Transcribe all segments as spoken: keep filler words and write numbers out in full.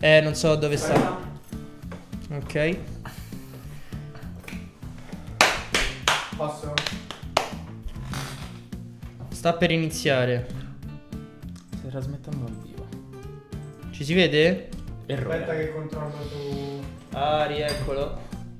Eh, non so dove sta. Ok. Posso? Sta per iniziare. Stai trasmettendo al vivo. Ci si vede? Errore. Aspetta che controllo tu. Ah, rieccolo.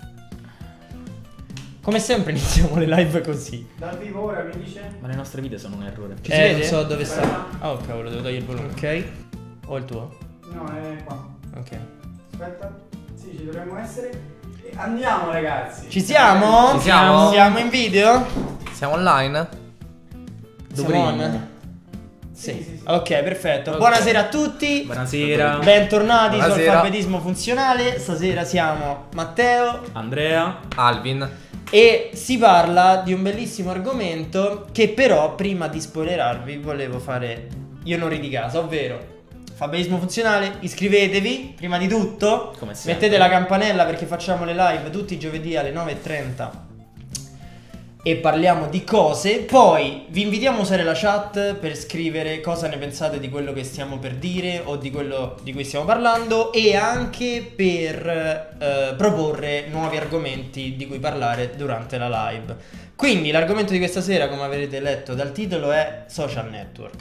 Come sempre iniziamo le live così. Dal vivo ora mi dice? Ma le nostre vite sono un errore. Ci si Eh, vede? Non so dove sta. Aspetta. Oh cavolo, devo togliere il volume. Ok. O il tuo? No, è qua. Ok. Aspetta. Sì, ci dovremmo essere. E andiamo ragazzi. Ci siamo? Ci siamo? Siamo in video? Siamo online? Siamo on? Sì. Sì, sì, sì. Ok, perfetto. Ok. Buonasera a tutti. Buonasera. Bentornati su Buonasera. Alfabetismo Funzionale. Stasera siamo Matteo Andrea. Alvin. e si parla di un bellissimo argomento che però prima di spoilerarvi volevo fare gli onori di casa, ovvero Alfabetismo Funzionale, iscrivetevi prima di tutto, Come sempre. mettete la campanella perché facciamo le live tutti i giovedì alle nove e trenta e parliamo di cose. Poi vi invitiamo a usare la chat per scrivere cosa ne pensate di quello che stiamo per dire o di quello di cui stiamo parlando, e anche per eh, proporre nuovi argomenti di cui parlare durante la live. Quindi l'argomento di questa sera, come avrete letto dal titolo, è social network.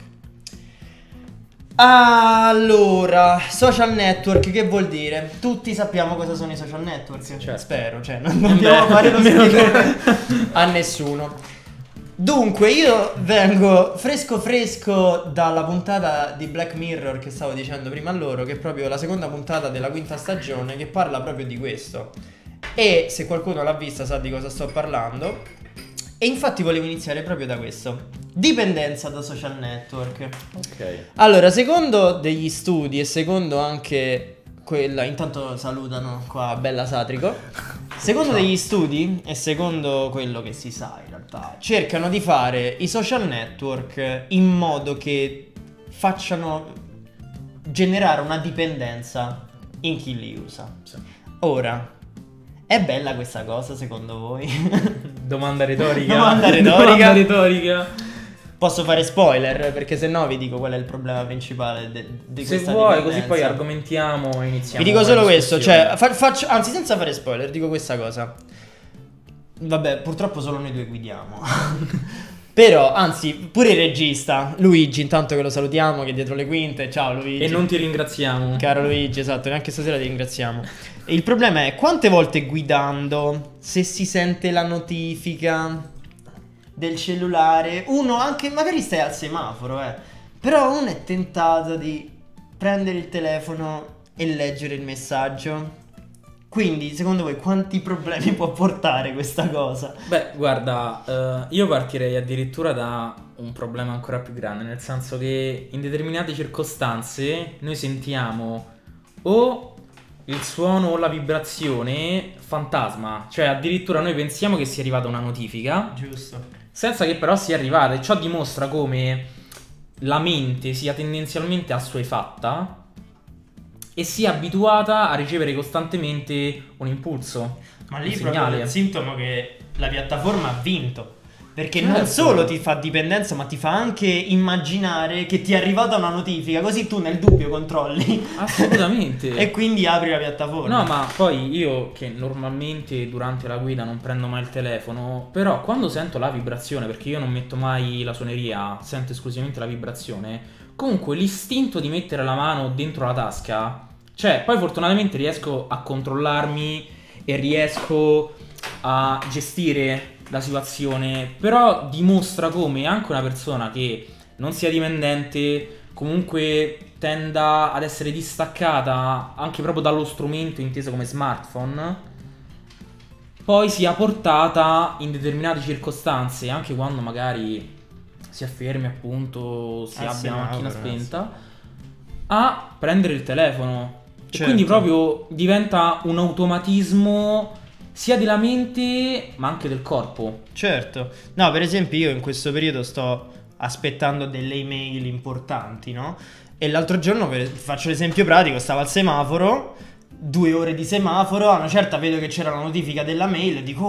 Allora, social network che vuol dire? Tutti sappiamo cosa sono i social network, Certo. spero, cioè non dobbiamo Beh, fare lo meno spiegare a nessuno. Dunque, io vengo fresco fresco dalla puntata di Black Mirror che stavo dicendo prima a loro, che è proprio la seconda puntata della quinta stagione, che parla proprio di questo. E se qualcuno l'ha vista sa di cosa sto parlando. E infatti volevo iniziare proprio da questo: dipendenza da social network. Ok. Allora, secondo degli studi e secondo anche quella, intanto salutano qua Bella Satrico. Secondo degli studi e secondo quello che si sa in realtà, cercano di fare i social network in modo che facciano generare una dipendenza in chi li usa. Sì. Ora, è bella questa cosa secondo voi? Domanda retorica. Domanda retorica. Domanda retorica. Posso fare spoiler? Perché se no vi dico qual è il problema principale de- di Se questa vuoi, dipendenza. così poi argomentiamo e iniziamo. Vi dico la solo questo, discussione. cioè fa- faccio, anzi senza fare spoiler, dico questa cosa. Vabbè, purtroppo solo noi due guidiamo. Però, anzi, pure il regista, Luigi, intanto che lo salutiamo, che è dietro le quinte. Ciao Luigi. E non ti ringraziamo. Caro Luigi, esatto, neanche stasera ti ringraziamo. E il problema è quante volte guidando, se si sente la notifica del cellulare, uno anche magari stai al semaforo, eh, però uno è tentato di prendere il telefono e leggere il messaggio. Quindi, secondo voi, quanti problemi può portare questa cosa? Beh, guarda, eh, io partirei addirittura da un problema ancora più grande, nel senso che in determinate circostanze noi sentiamo o il suono o la vibrazione fantasma, cioè addirittura noi pensiamo che sia arrivata una notifica, Giusto. senza che però sia arrivata, e ciò dimostra come la mente sia tendenzialmente assuefatta e sia abituata a ricevere costantemente un impulso, Ma un lì proprio segnale. il sintomo che la piattaforma ha vinto. Perché Certo. non solo ti fa dipendenza, ma ti fa anche immaginare che ti è arrivata una notifica, così tu nel dubbio controlli Assolutamente. e quindi apri la piattaforma. No, ma poi io che normalmente durante la guida non prendo mai il telefono, però quando sento la vibrazione, perché io non metto mai la suoneria, sento esclusivamente la vibrazione, comunque l'istinto di mettere la mano dentro la tasca, cioè poi fortunatamente riesco a controllarmi e riesco a gestire la situazione, però dimostra come anche una persona che non sia dipendente comunque tenda ad essere distaccata anche proprio dallo strumento inteso come smartphone, poi sia portata in determinate circostanze, anche quando magari si è fermi, appunto, si Ah, abbia sì, la no, macchina ragazzi. spenta, a prendere il telefono. E Certo. quindi proprio diventa un automatismo sia della mente ma anche del corpo. Certo. No, per esempio io in questo periodo sto aspettando delle email importanti, no? E l'altro giorno, per- faccio l'esempio pratico, stavo al semaforo, due ore di semaforo, a una certa vedo che c'era la notifica della mail e dico, oh,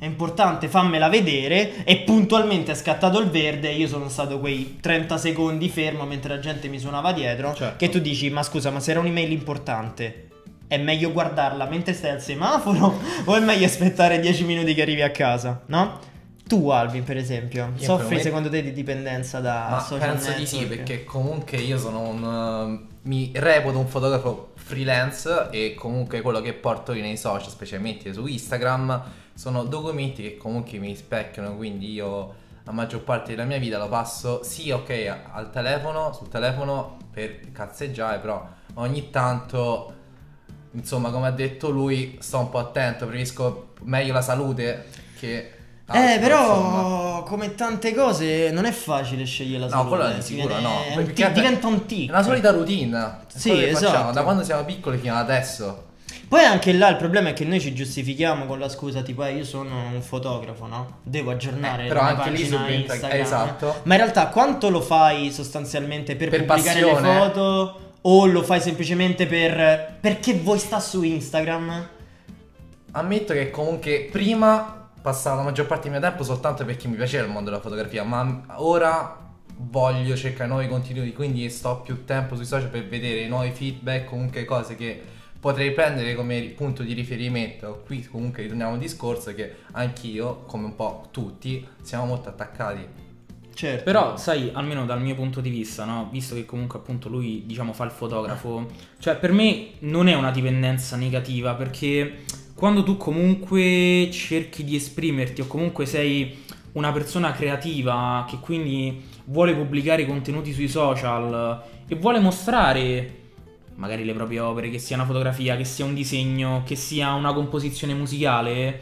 è importante, fammela vedere, e puntualmente è scattato il verde e io sono stato quei trenta secondi fermo mentre la gente mi suonava dietro, certo. Che tu dici, ma scusa, ma se era un'email importante è meglio guardarla mentre stai al semaforo o è meglio aspettare dieci minuti che arrivi a casa, no? Tu Alvin per esempio, Io soffri me... secondo te di dipendenza da Ma social penso network? di sì, perché comunque io sono un uh, mi reputo un fotografo freelance e comunque quello che porto io nei social, specialmente su Instagram, sono documenti che comunque mi specchiano, quindi io la maggior parte della mia vita lo passo sì ok al telefono, sul telefono per cazzeggiare, però ogni tanto, insomma, come ha detto lui, sto un po' attento, preferisco meglio la salute che Eh, però insomma. come tante cose non è facile scegliere la No, salute. quello di si sicuro viene- no. è un Perché tic- vabbè, diventa un tic. è una solita routine. È Sì, quello che esatto. facciamo da quando siamo piccoli fino ad adesso. Poi anche là il problema è che noi ci giustifichiamo con la scusa tipo eh, io sono un fotografo, no? Devo aggiornare Eh, però la mia anche lì pagina subentra- Instagram. esatto. Ma in realtà quanto lo fai sostanzialmente per, Per pubblicare passione. le foto o lo fai semplicemente per perché vuoi sta su Instagram? Ammetto che comunque prima passavo la maggior parte del mio tempo soltanto perché mi piaceva il mondo della fotografia, ma ora voglio cercare nuovi contenuti, quindi sto più tempo sui social per vedere nuovi feedback, comunque cose che potrei prendere come punto di riferimento. Qui comunque ritorniamo al discorso che anch'io, come un po' tutti, siamo molto attaccati. Certo. Però, sai, almeno dal mio punto di vista, no? Visto che comunque appunto lui, diciamo, fa il fotografo, cioè per me non è una dipendenza negativa, perché quando tu comunque cerchi di esprimerti o comunque sei una persona creativa che quindi vuole pubblicare contenuti sui social e vuole mostrare magari le proprie opere, che sia una fotografia, che sia un disegno, che sia una composizione musicale,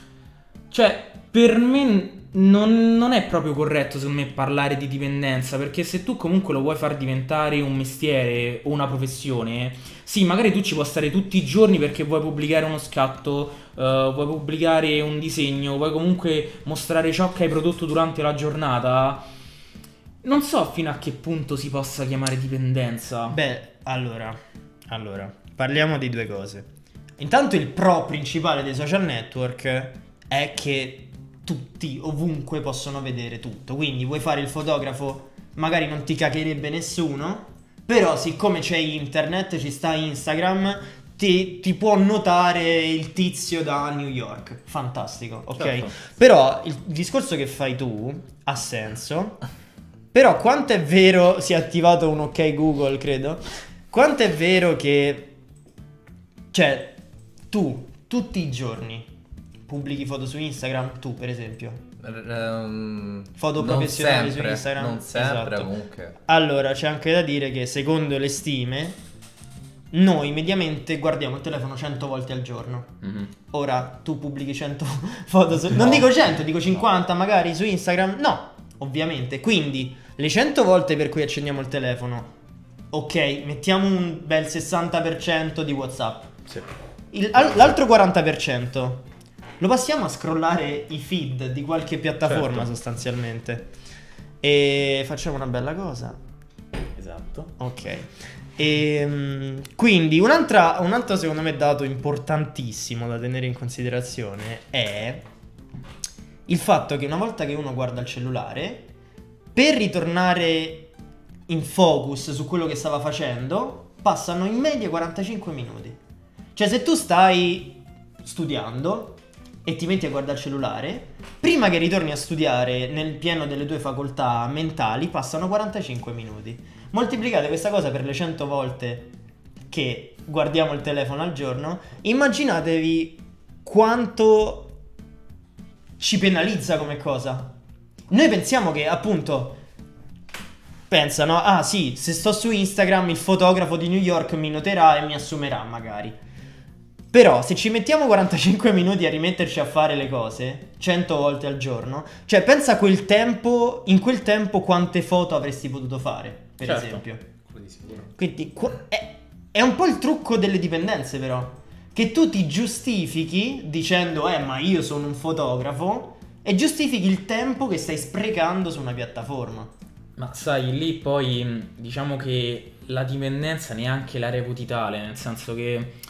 cioè per me non, non è proprio corretto secondo me parlare di dipendenza, perché se tu comunque lo vuoi far diventare un mestiere o una professione, sì, magari tu ci puoi stare tutti i giorni perché vuoi pubblicare uno scatto, uh, vuoi pubblicare un disegno, vuoi comunque mostrare ciò che hai prodotto durante la giornata. Non so fino a che punto si possa chiamare dipendenza. Beh, allora, allora, parliamo di due cose. Intanto il pro principale dei social network è che tutti ovunque possono vedere tutto. Quindi vuoi fare il fotografo, magari non ti cagherebbe nessuno, però siccome c'è internet, ci sta Instagram, ti, ti può notare il tizio da New York. Fantastico, ok? Certo. Però il discorso che fai tu ha senso. Però quanto è vero, si è attivato un ok Google, credo. Quanto è vero che, cioè, tu tutti i giorni pubblichi foto su Instagram, tu per esempio? Um, Foto non professionali sempre, su Instagram? Non sempre, Esatto. comunque. Allora, c'è anche da dire che secondo le stime, noi mediamente guardiamo il telefono cento volte al giorno. Mm-hmm. Ora, tu pubblichi cento foto su... Non No. dico cento, dico cinquanta magari su Instagram? No, ovviamente. Quindi, le cento volte per cui accendiamo il telefono, ok, mettiamo un bel sessanta per cento di WhatsApp. Sì. Il- al- l'altro quaranta per cento lo passiamo a scrollare i feed di qualche piattaforma, Certo. sostanzialmente. E facciamo una bella cosa. Esatto. Ok. E, quindi un'altra, un altro secondo me dato importantissimo da tenere in considerazione è il fatto che una volta che uno guarda il cellulare, per ritornare in focus su quello che stava facendo, passano in media quarantacinque minuti. Cioè se tu stai studiando e ti metti a guardare il cellulare, prima che ritorni a studiare nel pieno delle tue facoltà mentali passano quarantacinque minuti. Moltiplicate questa cosa per le cento volte che guardiamo il telefono al giorno, immaginatevi quanto ci penalizza come cosa. Noi pensiamo che appunto pensano, ah sì, se sto su Instagram il fotografo di New York mi noterà e mi assumerà magari. Però se ci mettiamo quarantacinque minuti a rimetterci a fare le cose cento volte al giorno, cioè pensa a quel tempo, in quel tempo quante foto avresti potuto fare, per Certo. esempio. Quello di sicuro. Quindi qu- è, è un po' il trucco delle dipendenze però, che tu ti giustifichi dicendo eh ma io sono un fotografo e giustifichi il tempo che stai sprecando su una piattaforma. Ma sai, lì poi diciamo che la dipendenza neanche la reputi tale, nel senso che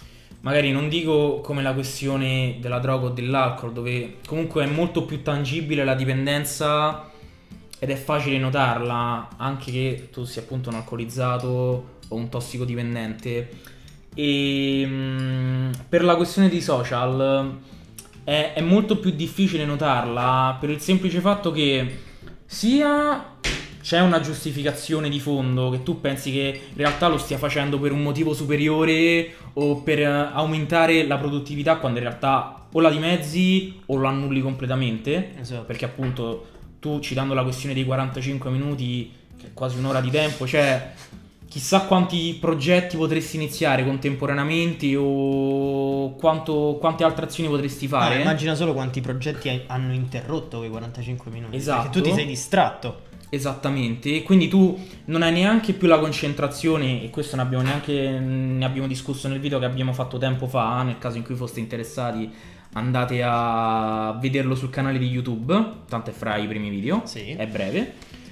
magari non dico come la questione della droga o dell'alcol, dove comunque è molto più tangibile la dipendenza ed è facile notarla, anche che tu sia appunto un alcolizzato o un tossicodipendente. E mh, per la questione dei social è, è molto più difficile notarla, per il semplice fatto che sia c'è una giustificazione di fondo, che tu pensi che in realtà lo stia facendo per un motivo superiore o per aumentare la produttività, quando in realtà o la dimezzi o lo annulli completamente. Esatto. Perché appunto tu, citando la questione dei quarantacinque minuti, che è quasi un'ora di tempo, cioè chissà quanti progetti potresti iniziare contemporaneamente o quanto, quante altre azioni potresti fare. Ah, immagina solo quanti progetti hai- hanno interrotto quei quarantacinque minuti. Esatto. Perché tu ti sei distratto. Esattamente, e quindi tu non hai neanche più la concentrazione, e questo ne abbiamo neanche ne abbiamo discusso nel video che abbiamo fatto tempo fa. Nel caso in cui foste interessati, andate a vederlo sul canale di YouTube, tanto è fra i primi video, Sì. è breve.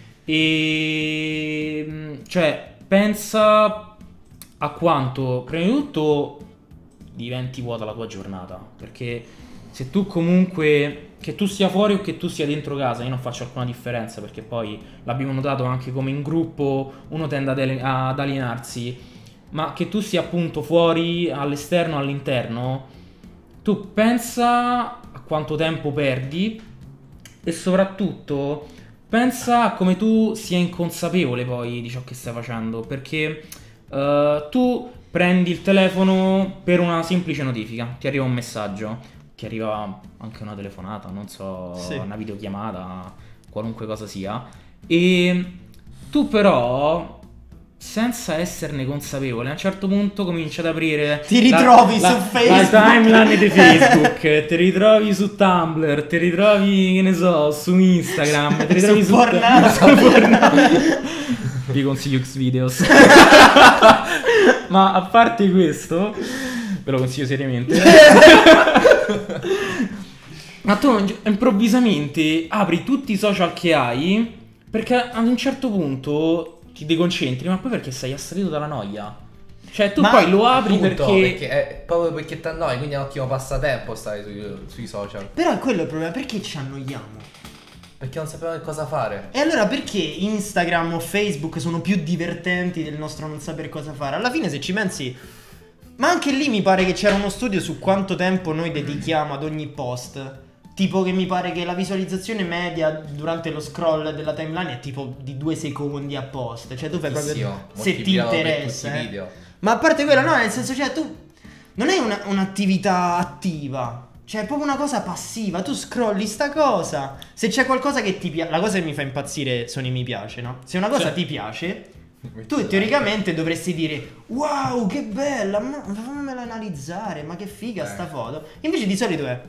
E cioè pensa a quanto prima di tutto diventi vuota la tua giornata, perché se tu comunque, che tu sia fuori o che tu sia dentro casa, io non faccio alcuna differenza, perché poi l'abbiamo notato anche come in gruppo uno tende ad ale- ad alienarsi, ma che tu sia appunto fuori, all'esterno, all'interno, tu pensa a quanto tempo perdi e soprattutto pensa a come tu sia inconsapevole poi di ciò che stai facendo, perché eh, tu prendi il telefono per una semplice notifica, ti arriva un messaggio, ti arriva anche una telefonata, non so, Sì. una videochiamata, qualunque cosa sia, e tu però, senza esserne consapevole, a un certo punto cominci ad aprire Ti ritrovi la, su la, Facebook. la timeline di Facebook, ti ritrovi su Tumblr, ti ritrovi, che ne so, su Instagram, ti ritrovi Su su Pornhub. su Pornhub. Vi consiglio Xvideos. Ma a parte questo, ve lo consiglio seriamente. Ma tu improvvisamente apri tutti i social che hai, perché ad un certo punto ti deconcentri, ma poi perché sei assalito dalla noia. Cioè tu Ma poi lo apri Appunto, perché... è proprio perché ti annoi, quindi è un ottimo passatempo stare sui, sui social. Però è quello il problema, perché ci annoiamo? Perché non sappiamo che cosa fare. E allora perché Instagram o Facebook sono più divertenti del nostro non sapere cosa fare? Alla fine, se ci pensi, ma anche lì mi pare che c'era uno studio su quanto tempo noi dedichiamo ad ogni post. Tipo che mi pare che la visualizzazione media durante lo scroll della timeline è tipo di due secondi a post. Cioè tu fai proprio, Tantissimo, se ti moltiplicato per interessa, tutti i eh. video. Ma a parte quello, no, nel senso, cioè tu non è una- un'attività attiva. Cioè è proprio una cosa passiva. Tu scrolli sta cosa. Se c'è qualcosa che ti piace, la cosa che mi fa impazzire sono i mi piace, no? Se una cosa Cioè. ti piace, tu teoricamente dovresti dire wow, che bella, ma fammela analizzare, ma che figa Eh. sta foto. Invece di solito è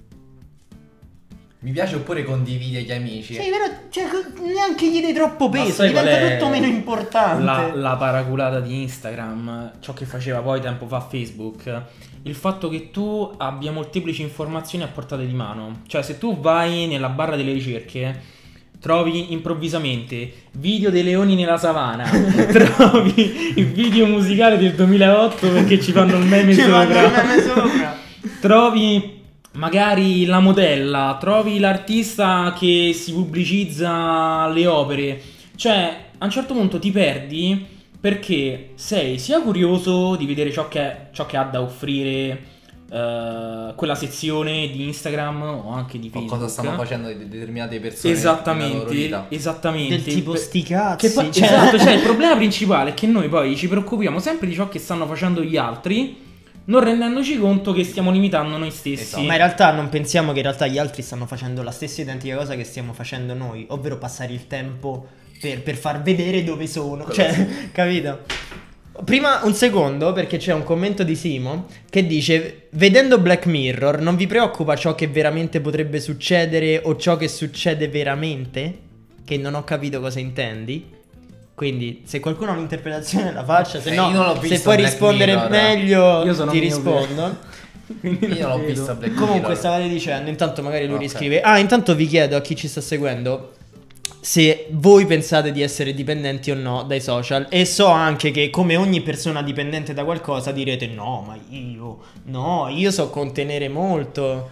Mi piace, oppure condividi agli amici. sì, vero, cioè neanche gli dai troppo Ma peso, sai qual diventa è tutto meno importante. La, la paraculata di Instagram, ciò che faceva poi tempo fa Facebook, il fatto che tu abbia molteplici informazioni a portata di mano. Cioè se tu vai nella barra delle ricerche, trovi improvvisamente video dei leoni nella savana, trovi il video musicale del duemilaotto perché ci fanno il meme Ci fanno sopra, il meme sopra. trovi magari la modella, trovi l'artista che si pubblicizza le opere. Cioè a un certo punto ti perdi perché sei sia curioso di vedere ciò che, ciò che ha da offrire eh, quella sezione di Instagram o anche di O Facebook. cosa stanno facendo de- determinate persone nella loro Esattamente, vita. esattamente. Del tipo Per- sti cazzi. che poi, cioè- esatto, cioè il problema principale è che noi poi ci preoccupiamo sempre di ciò che stanno facendo gli altri, non rendendoci conto che stiamo limitando noi stessi. Esatto. Ma in realtà non pensiamo che in realtà gli altri stanno facendo la stessa identica cosa che stiamo facendo noi, ovvero passare il tempo per, per far vedere dove sono. Quello Cioè, capito? Prima un secondo, perché c'è un commento di Simo che dice: vedendo Black Mirror non vi preoccupa ciò che veramente potrebbe succedere o ciò che succede veramente? Che non ho capito cosa intendi. Quindi se qualcuno ha un'interpretazione la faccia, se Eh, no io non l'ho se visto puoi Black rispondere Mirror. meglio Io sono ti miope. rispondo. Quindi Io non l'ho vedo. visto Black Comunque Mirror. stavate dicendo, intanto magari lui Ok. riscrive. Ah, intanto vi chiedo a chi ci sta seguendo, se voi pensate di essere dipendenti o no dai social. E so anche che, come ogni persona dipendente da qualcosa, direte no, ma io no, io so contenere molto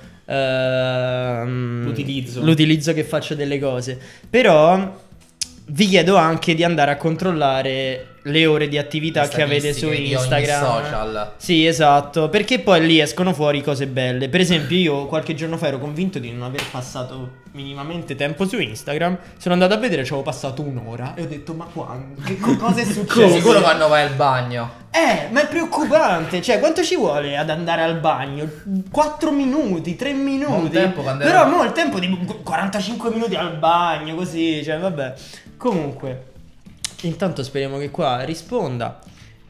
ehm, L'utilizzo. l'utilizzo che faccio delle cose. Però vi chiedo anche di andare a controllare le ore di attività Le che avete su statistiche di ogni Instagram. social. Sì, esatto, perché poi lì escono fuori cose belle. Per esempio, io qualche giorno fa ero convinto di non aver passato minimamente tempo su Instagram. Sono andato a vedere, ci avevo passato un'ora e ho detto ma quando? Che co- cosa è Cioè, successo? sicuro quando vai al bagno. Eh, ma è preoccupante. Cioè, quanto ci vuole ad andare al bagno? quattro minuti, tre minuti. Un tempo quando Però ero- mo il tempo di quarantacinque minuti al bagno, così, cioè, vabbè. Comunque, intanto speriamo che qua risponda.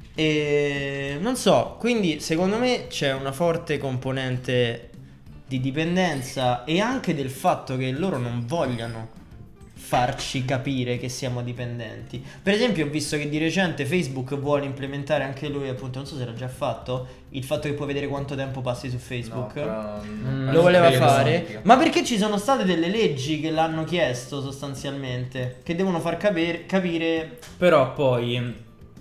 E non so, quindi secondo me c'è una forte componente di dipendenza e anche del fatto che loro non vogliano farci capire che siamo dipendenti. Per esempio, ho visto che di recente Facebook vuole implementare anche lui, appunto, non so se l'ha già fatto, il fatto che puoi vedere quanto tempo passi su Facebook. No, però non- Mm, Lo voleva credo. fare, ma perché ci sono state delle leggi che l'hanno chiesto sostanzialmente, che devono far capire, capire Però poi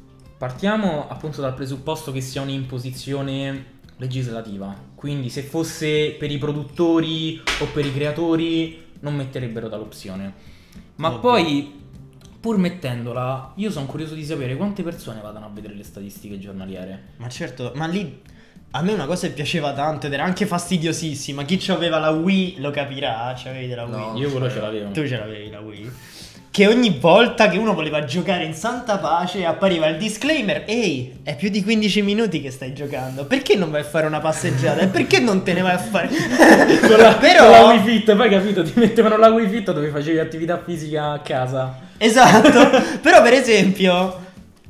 partiamo appunto dal presupposto che sia un'imposizione legislativa. Quindi se fosse per i produttori o per i creatori non metterebbero dall'opzione. Ma Ovvio. poi, pur mettendola, io sono curioso di sapere quante persone vadano a vedere le statistiche giornaliere. Ma certo, ma lì a me una cosa che piaceva tanto ed era anche fastidiosissima. Chi aveva la Wii lo capirà, c'avevi la Wii. No. Io quello ce l'avevo. Tu ce l'avevi la Wii. Che ogni volta che uno voleva giocare in santa pace appariva il disclaimer: ehi, è più di quindici minuti che stai giocando. Perché non vai a fare una passeggiata? E perché non te ne vai a fare? Con la, Però con la Wii Fit, poi capito, ti mettevano la Wii Fit dove facevi attività fisica a casa. Esatto. Però per esempio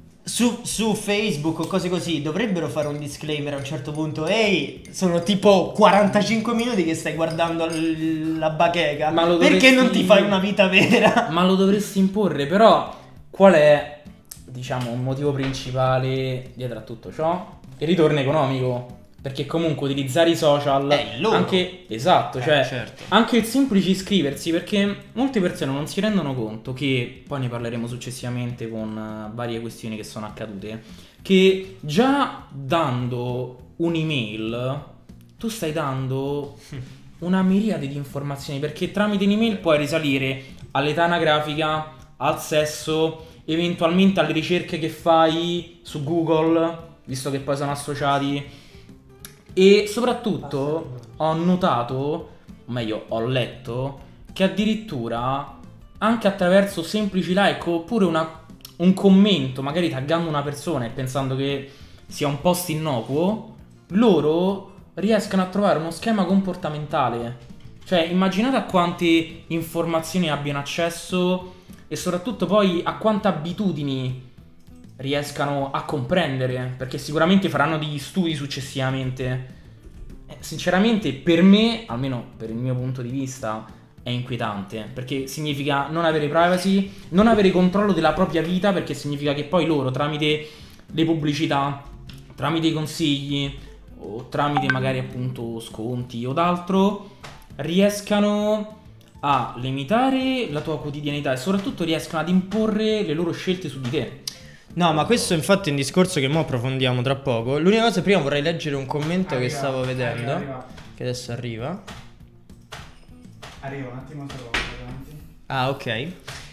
su, su Facebook o cose così dovrebbero fare un disclaimer a un certo punto: ehi, sono tipo quarantacinque minuti che stai guardando l- la bacheca. Ma lo Perché dovresti- non ti fai una vita vera? Ma lo dovresti imporre, però qual è, diciamo, un motivo principale dietro a tutto ciò? Il ritorno economico. Perché comunque utilizzare i social È il loro. anche esatto, Eh, cioè certo. anche il semplice iscriversi, perché molte persone non si rendono conto che poi ne parleremo successivamente con eh, varie questioni che sono accadute, che già dando un'email tu stai dando una miriade di informazioni, perché tramite un'email puoi risalire all'età anagrafica, al sesso, eventualmente alle ricerche che fai su Google, visto che poi sono associati. E soprattutto ho notato, o meglio ho letto, che addirittura anche attraverso semplici like oppure una, un commento, magari taggando una persona e pensando che sia un post innocuo, loro riescono a trovare uno schema comportamentale. Cioè immaginate a quante informazioni abbiano accesso e soprattutto poi a quante abitudini riescano a comprendere, perché sicuramente faranno degli studi successivamente. Eh, sinceramente per me, almeno per il mio punto di vista, è inquietante, perché significa non avere privacy, non avere controllo della propria vita, perché significa che poi loro tramite le pubblicità, tramite i consigli o tramite magari appunto sconti o d'altro riescano a limitare la tua quotidianità e soprattutto riescono ad imporre le loro scelte su di te. No, ma questo infatti è un discorso che mo approfondiamo tra poco. L'unica cosa, prima vorrei leggere un commento che Arriva, stavo vedendo, arriva, arriva. che adesso arriva. Arriva un attimo solo davanti. Ah, ok.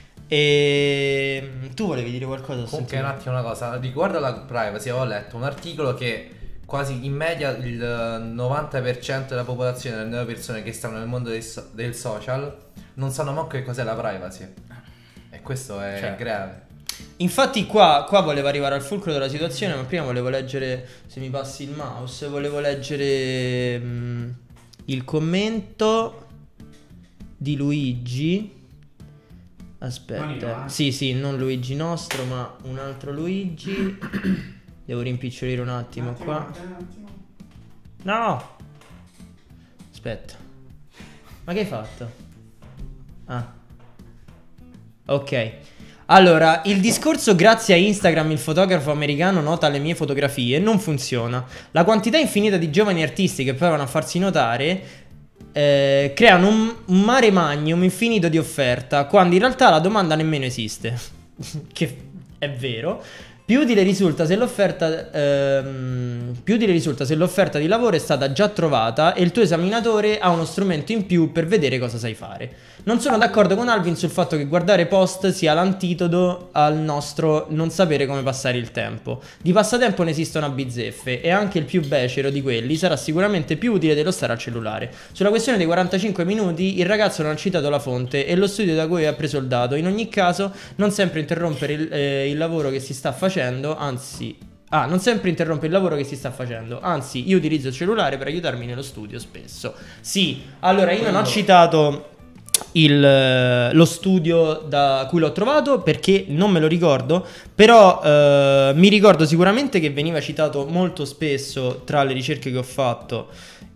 E tu volevi dire qualcosa? Ho Comunque sentito. un attimo una cosa, riguardo alla privacy avevo letto un articolo che quasi in media il novanta per cento della popolazione, delle nuove persone che stanno nel mondo del, so- del social non sanno manco che cos'è la privacy. E questo è Cioè. grave. Infatti qua, qua volevo arrivare al fulcro della situazione, ma prima volevo leggere, se mi passi il mouse, volevo leggere mm, il commento di Luigi. Non Aspetta, io, eh. sì sì, non Luigi nostro, ma un altro Luigi. Devo rimpicciolire un attimo Un attimo, qua. un attimo. No! Aspetta. Ma che hai fatto? Ah. Ok. Allora, il discorso grazie a Instagram il fotografo americano nota le mie fotografie non funziona. La quantità infinita di giovani artisti che provano a farsi notare eh, creano un, un mare magnum infinito di offerta, quando in realtà la domanda nemmeno esiste. Che è vero. Più utile risulta se l'offerta ehm, più utile risulta se l'offerta di lavoro è stata già trovata e il tuo esaminatore ha uno strumento in più per vedere cosa sai fare. Non sono d'accordo con Alvin sul fatto che guardare post sia l'antidoto al nostro non sapere come passare il tempo. Di passatempo ne esistono a bizzeffe e anche il più becero di quelli sarà sicuramente più utile dello stare al cellulare. Sulla questione dei quarantacinque minuti il ragazzo non ha citato la fonte e lo studio da cui ha preso il dato. In ogni caso non sempre interrompere il, eh, il lavoro che si sta facendo, anzi... Ah, non sempre interrompe il lavoro che si sta facendo. Anzi, io utilizzo il cellulare per aiutarmi nello studio spesso. Sì, allora io non ho citato il, lo studio da cui l'ho trovato perché non me lo ricordo. Però eh, mi ricordo sicuramente che veniva citato molto spesso tra le ricerche che ho fatto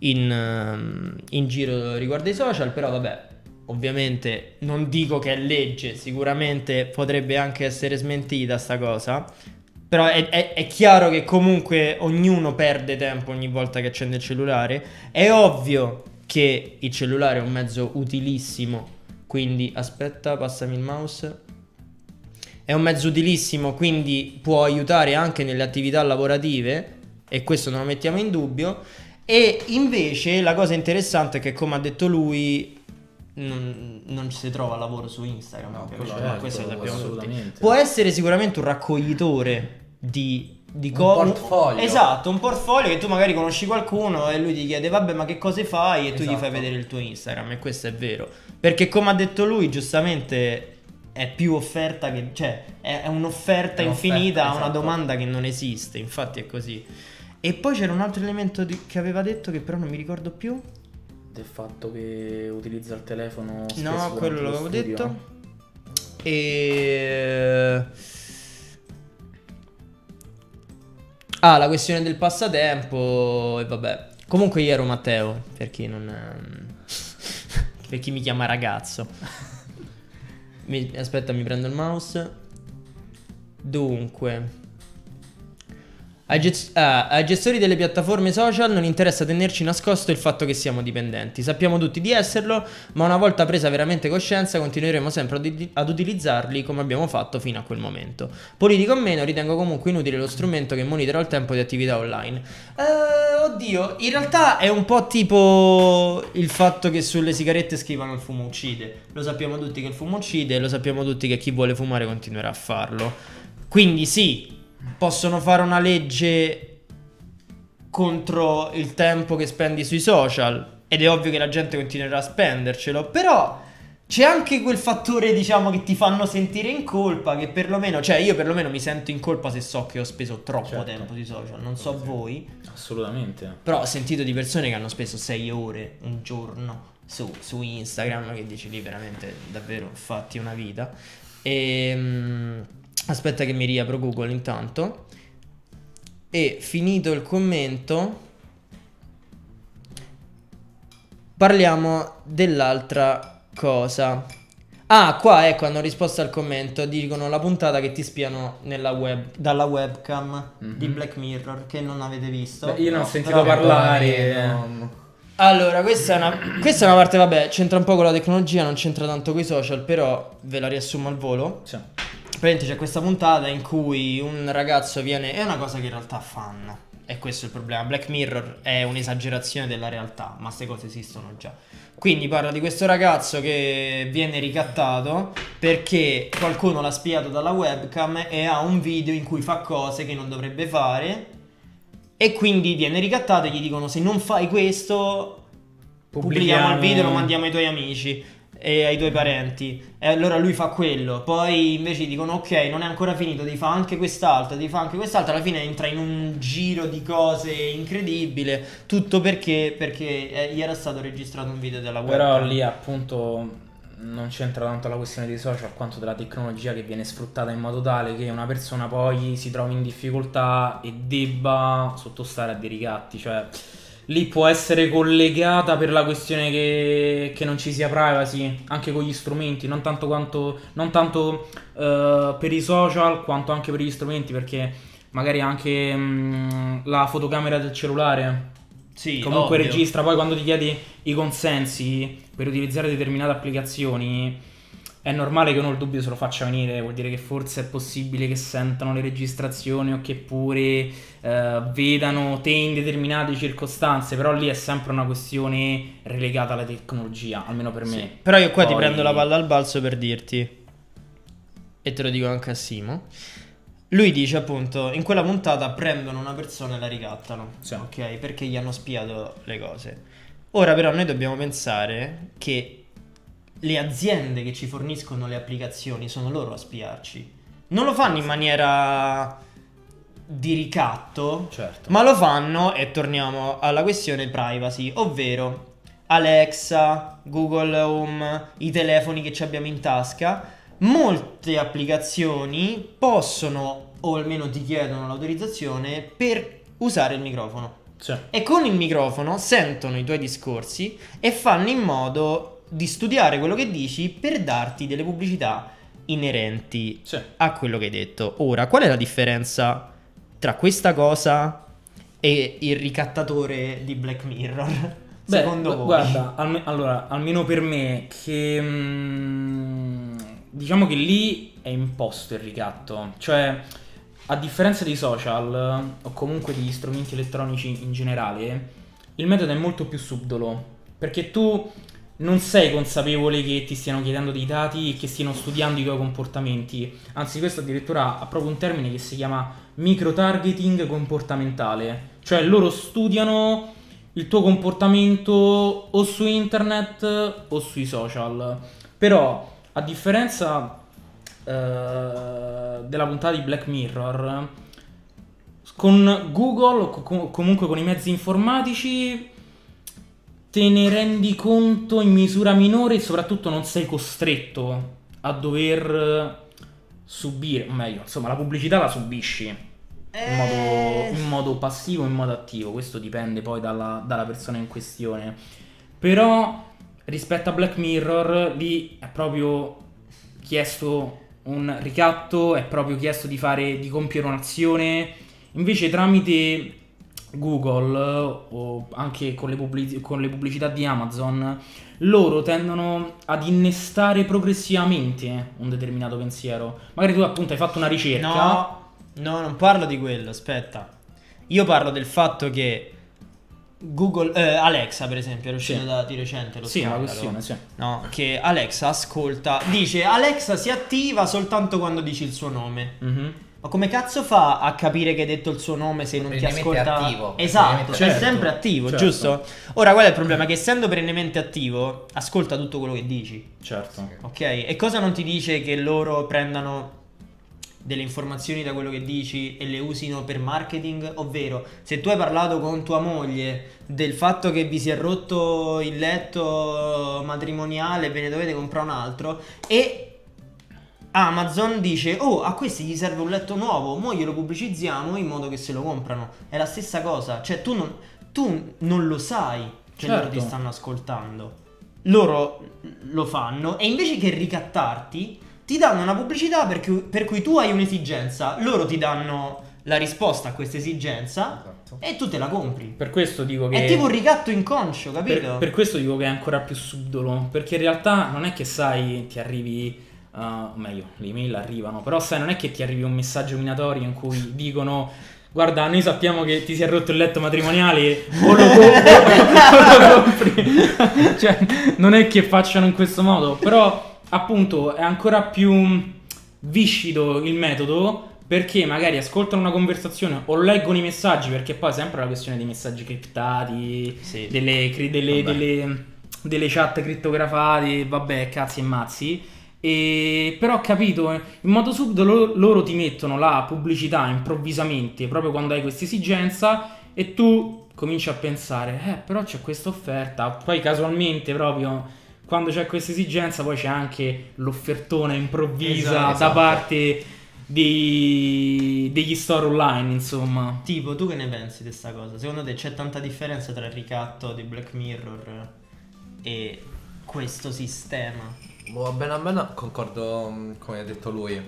in, in giro riguardo ai social. Però vabbè, ovviamente non dico che è legge, sicuramente potrebbe anche essere smentita sta cosa. Però è, è, è chiaro che comunque ognuno perde tempo ogni volta che accende il cellulare. È ovvio che il cellulare è un mezzo utilissimo, quindi aspetta, passami il mouse. È un mezzo utilissimo, quindi può aiutare anche nelle attività lavorative, e questo non lo mettiamo in dubbio. E invece la cosa interessante è che, come ha detto lui, non, non si trova lavoro su Instagram, No, ovviamente, certo, ma questo lo sappiamo tutti. assolutamente. Può essere sicuramente un raccoglitore di, di Un co- portfolio. Esatto, un portfolio che tu magari conosci qualcuno e lui ti chiede vabbè ma che cose fai, e tu gli Esatto. fai vedere il tuo Instagram, e questo è vero. Perché come ha detto lui giustamente è più offerta che... cioè è, è un'offerta È un'offerta, infinita a una esatto. domanda che non esiste, infatti è così. E poi c'era un altro elemento di- che aveva detto che però non mi ricordo più. Del fatto che utilizza il telefono spesso No, durante quello lo l'avevo studio. detto. E... Ah, la questione del passatempo. E vabbè. Comunque io ero Matteo, per chi non... per chi mi chiama ragazzo. Mi- Aspetta, mi prendo il mouse. Dunque... Ai, gest- ah, ai gestori delle piattaforme social non interessa tenerci nascosto il fatto che siamo dipendenti. Sappiamo tutti di esserlo, ma una volta presa veramente coscienza continueremo sempre ad, ud- ad utilizzarli come abbiamo fatto fino a quel momento. Politico o meno, ritengo comunque inutile lo strumento che monitora il tempo di attività online. Eh, oddio, in realtà è un po' tipo il fatto che sulle sigarette scrivano il fumo uccide. Lo sappiamo tutti che il fumo uccide, e lo sappiamo tutti che chi vuole fumare continuerà a farlo. Quindi sì, possono fare una legge contro il tempo che spendi sui social, ed è ovvio che la gente continuerà a spendercelo, però c'è anche quel fattore, diciamo, che ti fanno sentire in colpa, che perlomeno, cioè io perlomeno mi sento in colpa se so che ho speso troppo Certo. tempo sui social, non so voi, Assolutamente. però ho sentito di persone che hanno speso sei ore un giorno su, su Instagram, che dici lì veramente davvero fatti una vita. E aspetta che mi riapro Google intanto. E finito il commento parliamo dell'altra cosa. Ah, qua ecco, hanno risposto al commento. Dicono la puntata che ti spiano nella web, dalla webcam Mhm. di Black Mirror, che non avete visto. Beh, io non ho No, sentito però parlare. magari non- Allora, questa è una, questa è una parte, vabbè, c'entra un po' con la tecnologia, non c'entra tanto con i social, però ve la riassumo al volo. Cioè, Praticamente c'è questa puntata in cui un ragazzo viene... È una cosa che in realtà fanno, e questo è il problema. Black Mirror è un'esagerazione della realtà, ma queste cose esistono già. Quindi parla di questo ragazzo che viene ricattato perché qualcuno l'ha spiato dalla webcam e ha un video in cui fa cose che non dovrebbe fare, e quindi viene ricattato e gli dicono se non fai questo pubblichiamo il video e lo mandiamo ai tuoi amici e ai tuoi parenti. E allora lui fa quello. Poi invece gli dicono ok, non è ancora finito, devi fare anche quest'altro, devi fare anche quest'altro. Alla fine entra in un giro di cose incredibile. Tutto perché Perché eh, gli era stato registrato un video della web. però lì appunto non c'entra tanto la questione dei social quanto della tecnologia che viene sfruttata in modo tale che una persona poi si trovi in difficoltà e debba sottostare a dei ricatti. Cioè lì può essere collegata per la questione che, che non ci sia privacy anche con gli strumenti, non tanto quanto non tanto eh, per i social quanto anche per gli strumenti, perché magari anche mh, la fotocamera del cellulare Sì, comunque ovvio. registra, poi quando ti chiedi i consensi per utilizzare determinate applicazioni è normale che uno il dubbio se lo faccia venire, vuol dire che forse è possibile che sentano le registrazioni o che pure eh, vedano te in determinate circostanze, però lì è sempre una questione relegata alla tecnologia, almeno per me. Sì. Però io qua ti Poi- prendo la palla al balzo per dirti, e te lo dico anche a Simo. Lui dice appunto, in quella puntata prendono una persona e la ricattano, Sì. ok? Perché gli hanno spiato le cose. Ora però noi dobbiamo pensare che le aziende che ci forniscono le applicazioni sono loro a spiarci. Non lo fanno in maniera di ricatto, Certo. ma lo fanno, e torniamo alla questione privacy, ovvero Alexa, Google Home, i telefoni che ci abbiamo in tasca. Molte applicazioni possono, o almeno ti chiedono l'autorizzazione per usare il microfono. Sì. E con il microfono sentono i tuoi discorsi e fanno in modo di studiare quello che dici per darti delle pubblicità inerenti Sì. a quello che hai detto. Ora, qual è la differenza tra questa cosa e il ricattatore di Black Mirror? Beh, Secondo gu- voi? guarda, alme- allora, almeno per me, che mm, diciamo che lì è imposto il ricatto, cioè a differenza dei social o comunque degli strumenti elettronici in generale, il metodo è molto più subdolo, perché tu non sei consapevole che ti stiano chiedendo dei dati e che stiano studiando i tuoi comportamenti, anzi questo addirittura ha proprio un termine che si chiama microtargeting comportamentale, cioè loro studiano il tuo comportamento o su internet o sui social. Però a differenza eh, della puntata di Black Mirror, con Google o co- comunque con i mezzi informatici te ne rendi conto in misura minore e soprattutto non sei costretto a dover subire, o meglio, insomma la pubblicità la subisci in modo, in modo passivo o in modo attivo, questo dipende poi dalla, dalla persona in questione. Però rispetto a Black Mirror lì è proprio chiesto un ricatto, è proprio chiesto di fare, di compiere un'azione. Invece tramite Google o anche con le, pubblic- con le pubblicità di Amazon, loro tendono ad innestare progressivamente un determinato pensiero. Magari tu appunto hai fatto una ricerca. No, no, non parlo di quello, aspetta. Io parlo del fatto che Google, eh, Alexa per esempio, è uscito Sì. da di recente lo Sì, è una scandalo. questione, sì. No, che Alexa ascolta, dice Alexa si attiva soltanto quando dici il suo nome. Mhm. Ma come cazzo fa a capire che hai detto il suo nome se non ti Perennemente ascolta? attivo. Esatto, Perennemente è attivo. sempre attivo, Certo. giusto? Ora qual è il problema? Che essendo perennemente attivo, ascolta tutto quello che dici. Certo. Ok? E cosa non ti dice che loro prendano delle informazioni da quello che dici e le usino per marketing? Ovvero, se tu hai parlato con tua moglie del fatto che vi si è rotto il letto matrimoniale e ve ne dovete comprare un altro, e Amazon dice oh, a questi gli serve un letto nuovo, mo glielo pubblicizziamo in modo che se lo comprano, è la stessa cosa. Cioè tu non, tu non lo sai che Certo. loro ti stanno ascoltando, loro lo fanno, e invece che ricattarti ti danno una pubblicità per cui, per cui tu hai un'esigenza, loro ti danno la risposta a questa esigenza Esatto. e tu te la compri. Per questo dico che È tipo un ricatto inconscio, capito? Per, per questo dico che è ancora più subdolo, perché in realtà non è che sai, ti arrivi, uh, o meglio, le email arrivano, però sai, non è che ti arrivi un messaggio minatorio in cui dicono guarda, noi sappiamo che ti si è rotto il letto matrimoniale, o lo, co- o lo compri. Cioè, non è che facciano in questo modo, però appunto è ancora più viscido il metodo, perché magari ascoltano una conversazione o leggono i messaggi, perché poi è sempre la questione dei messaggi criptati, Sì. delle, cri- delle, Vabbè. delle, delle chat crittografate, vabbè, cazzi e mazzi. E però ho capito, in modo subdolo loro, loro ti mettono la pubblicità improvvisamente, proprio quando hai questa esigenza, e tu cominci a pensare, eh, però c'è questa offerta. Poi casualmente proprio quando c'è questa esigenza poi c'è anche l'offertona improvvisa Esatto, da esatto. parte dei, degli store online, insomma. Tipo, tu che ne pensi di questa cosa? Secondo te c'è tanta differenza tra il ricatto di Black Mirror e questo sistema? Boh, bene a bene concordo mm, come ha detto lui.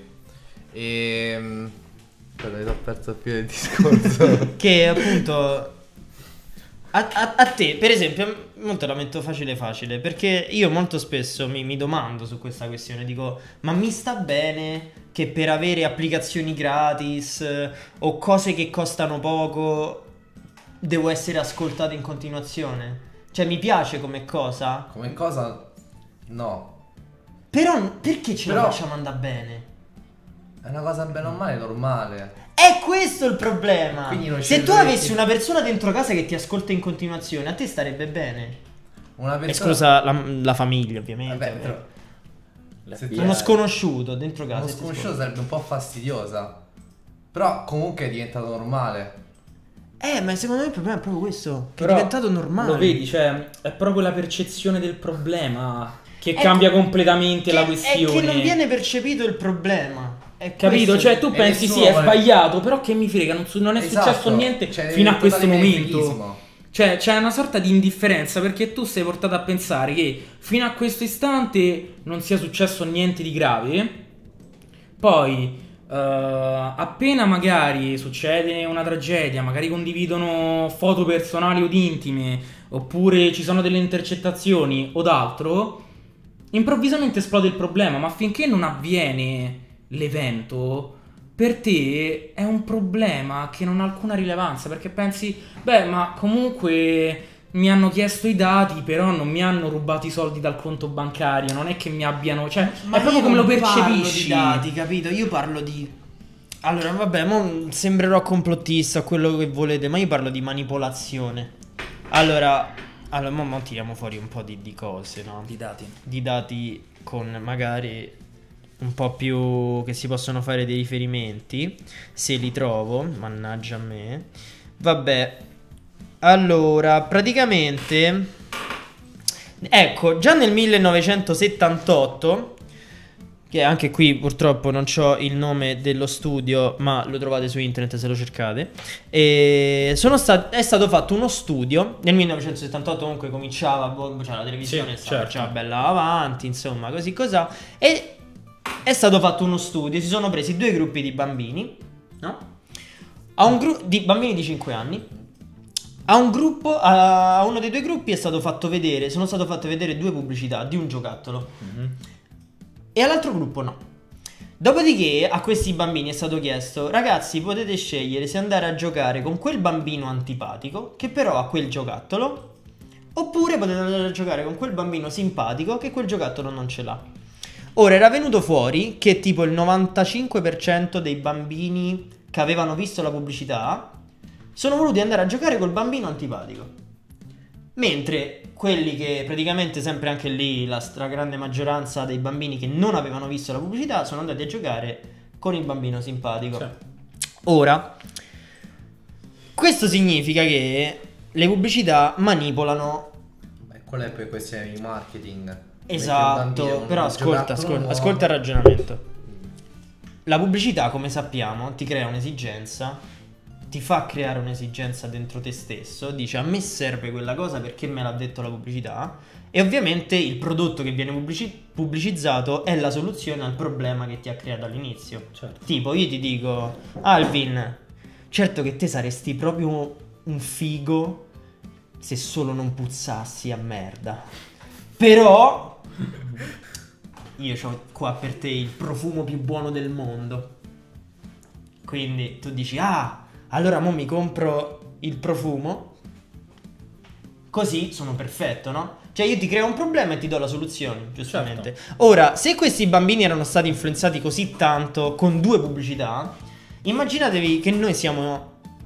E aspetta, mi sono perso più del discorso. Che appunto A, a- a te, per esempio, non te la metto facile facile, perché io molto spesso mi, mi domando su questa questione, dico, ma mi sta bene che per avere applicazioni gratis eh, o cose che costano poco devo essere ascoltato in continuazione? Cioè, mi piace come cosa, Come cosa, no. però perché ce Però- la facciamo andare bene? È una cosa bene o male normale. È questo il problema. Quindi non Se ci tu dovresti- avessi una persona dentro casa che ti ascolta in continuazione, a te starebbe bene. Una persona... Esclusa la, la famiglia, ovviamente. Vabbè, però... Se tu- Uno sconosciuto dentro casa. Uno e ti sconosciuto ascolta. sarebbe un po' fastidiosa. Però comunque è diventato normale. Eh, ma secondo me il problema è proprio questo. Che Però è diventato normale. Lo vedi, cioè, è proprio la percezione del problema che È- cambia completamente Che- la È questione. che non viene percepito il problema. È Capito? questo. Cioè, tu E pensi nessuno sì, è vuole- sbagliato, però che mi frega, non, su- non è Esatto. successo niente Cioè, fino a questo totale momento. megalitismo. Cioè, c'è una sorta di indifferenza perché tu sei portato a pensare che fino a questo istante non sia successo niente di grave. Poi, eh, appena magari succede una tragedia, magari condividono foto personali o intime, oppure ci sono delle intercettazioni o d'altro, improvvisamente esplode il problema. Ma finché non avviene l'evento, per te è un problema che non ha alcuna rilevanza, perché pensi, beh, ma comunque mi hanno chiesto i dati, però non mi hanno rubato i soldi dal conto bancario, non è che mi abbiano, cioè, Ma è proprio io come lo non parlo percepisci. di dati, capito? Io parlo di... Allora, vabbè, mo sembrerò complottista o quello che volete, ma io parlo di manipolazione. Allora, allora mo, mo tiriamo fuori un po' di, di cose, no? Di dati. Di dati con magari un po' più che si possono fare dei riferimenti, se li trovo, mannaggia a me. Vabbè, allora, praticamente, ecco, già nel millenovecentosettantotto, che anche qui purtroppo non c'ho il nome dello studio, ma lo trovate su internet se lo cercate, e sono sta- è stato fatto uno studio, nel millenovecentosettantotto comunque cominciava, boh, cioè la televisione Sì, stava certo. già bella avanti, insomma, così cos'ha, e è stato fatto uno studio, si sono presi due gruppi di bambini, no? A un gruppo di bambini di cinque anni. A un gruppo, a uno dei due gruppi è stato fatto vedere, sono state fatte vedere due pubblicità di un giocattolo. Mhm. E all'altro gruppo no. Dopodiché a questi bambini è stato chiesto: ragazzi, potete scegliere se andare a giocare con quel bambino antipatico che però ha quel giocattolo, oppure potete andare a giocare con quel bambino simpatico che quel giocattolo non ce l'ha. Ora era venuto fuori che tipo il novantacinque per cento dei bambini che avevano visto la pubblicità sono voluti andare a giocare col bambino antipatico, mentre quelli che praticamente sempre anche lì la stragrande maggioranza dei bambini che non avevano visto la pubblicità sono andati a giocare con il bambino simpatico. Sì. Ora, questo significa che le pubblicità manipolano. Beh, quella è per questione di marketing. Metti un Esatto, bambino, un però ascolta, giocattolo ascolta, nuovo. ascolta il ragionamento. La pubblicità, come sappiamo, ti crea un'esigenza, ti fa creare un'esigenza dentro te stesso, dice a me serve quella cosa perché me l'ha detto la pubblicità, e ovviamente il prodotto che viene pubblici- pubblicizzato è la soluzione al problema che ti ha creato all'inizio. Certo. Tipo, io ti dico, Alvin, certo che te saresti proprio un figo se solo non puzzassi a merda. Però io ho qua per te il profumo più buono del mondo. Quindi tu dici, ah, allora mo mi compro il profumo, così sono perfetto, no? Cioè io ti creo un problema e ti do la soluzione, giustamente. Ora, se questi bambini erano stati influenzati così tanto con due pubblicità, immaginatevi che noi siamo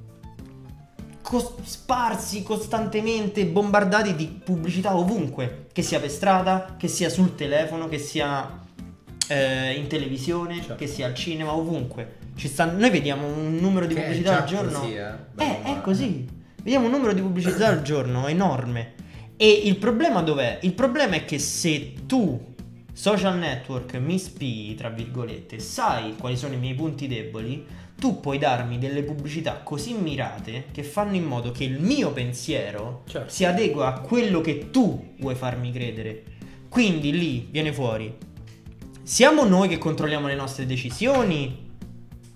cos- sparsi costantemente, bombardati di pubblicità ovunque, che sia per strada, che sia sul telefono, che sia eh, in televisione, Certo. che sia al cinema, ovunque. Ci stanno, noi vediamo un numero di Che è pubblicità già al giorno. così, eh. Eh, Beh, è ma- così. Vediamo un numero di pubblicità al giorno enorme. E il problema dov'è? Il problema è che se tu, social network, mi spii, tra virgolette, sai quali sono i miei punti deboli, tu puoi darmi delle pubblicità così mirate che fanno in modo che il mio pensiero Certo. si adegua a quello che tu vuoi farmi credere. Quindi lì viene fuori: siamo noi che controlliamo le nostre decisioni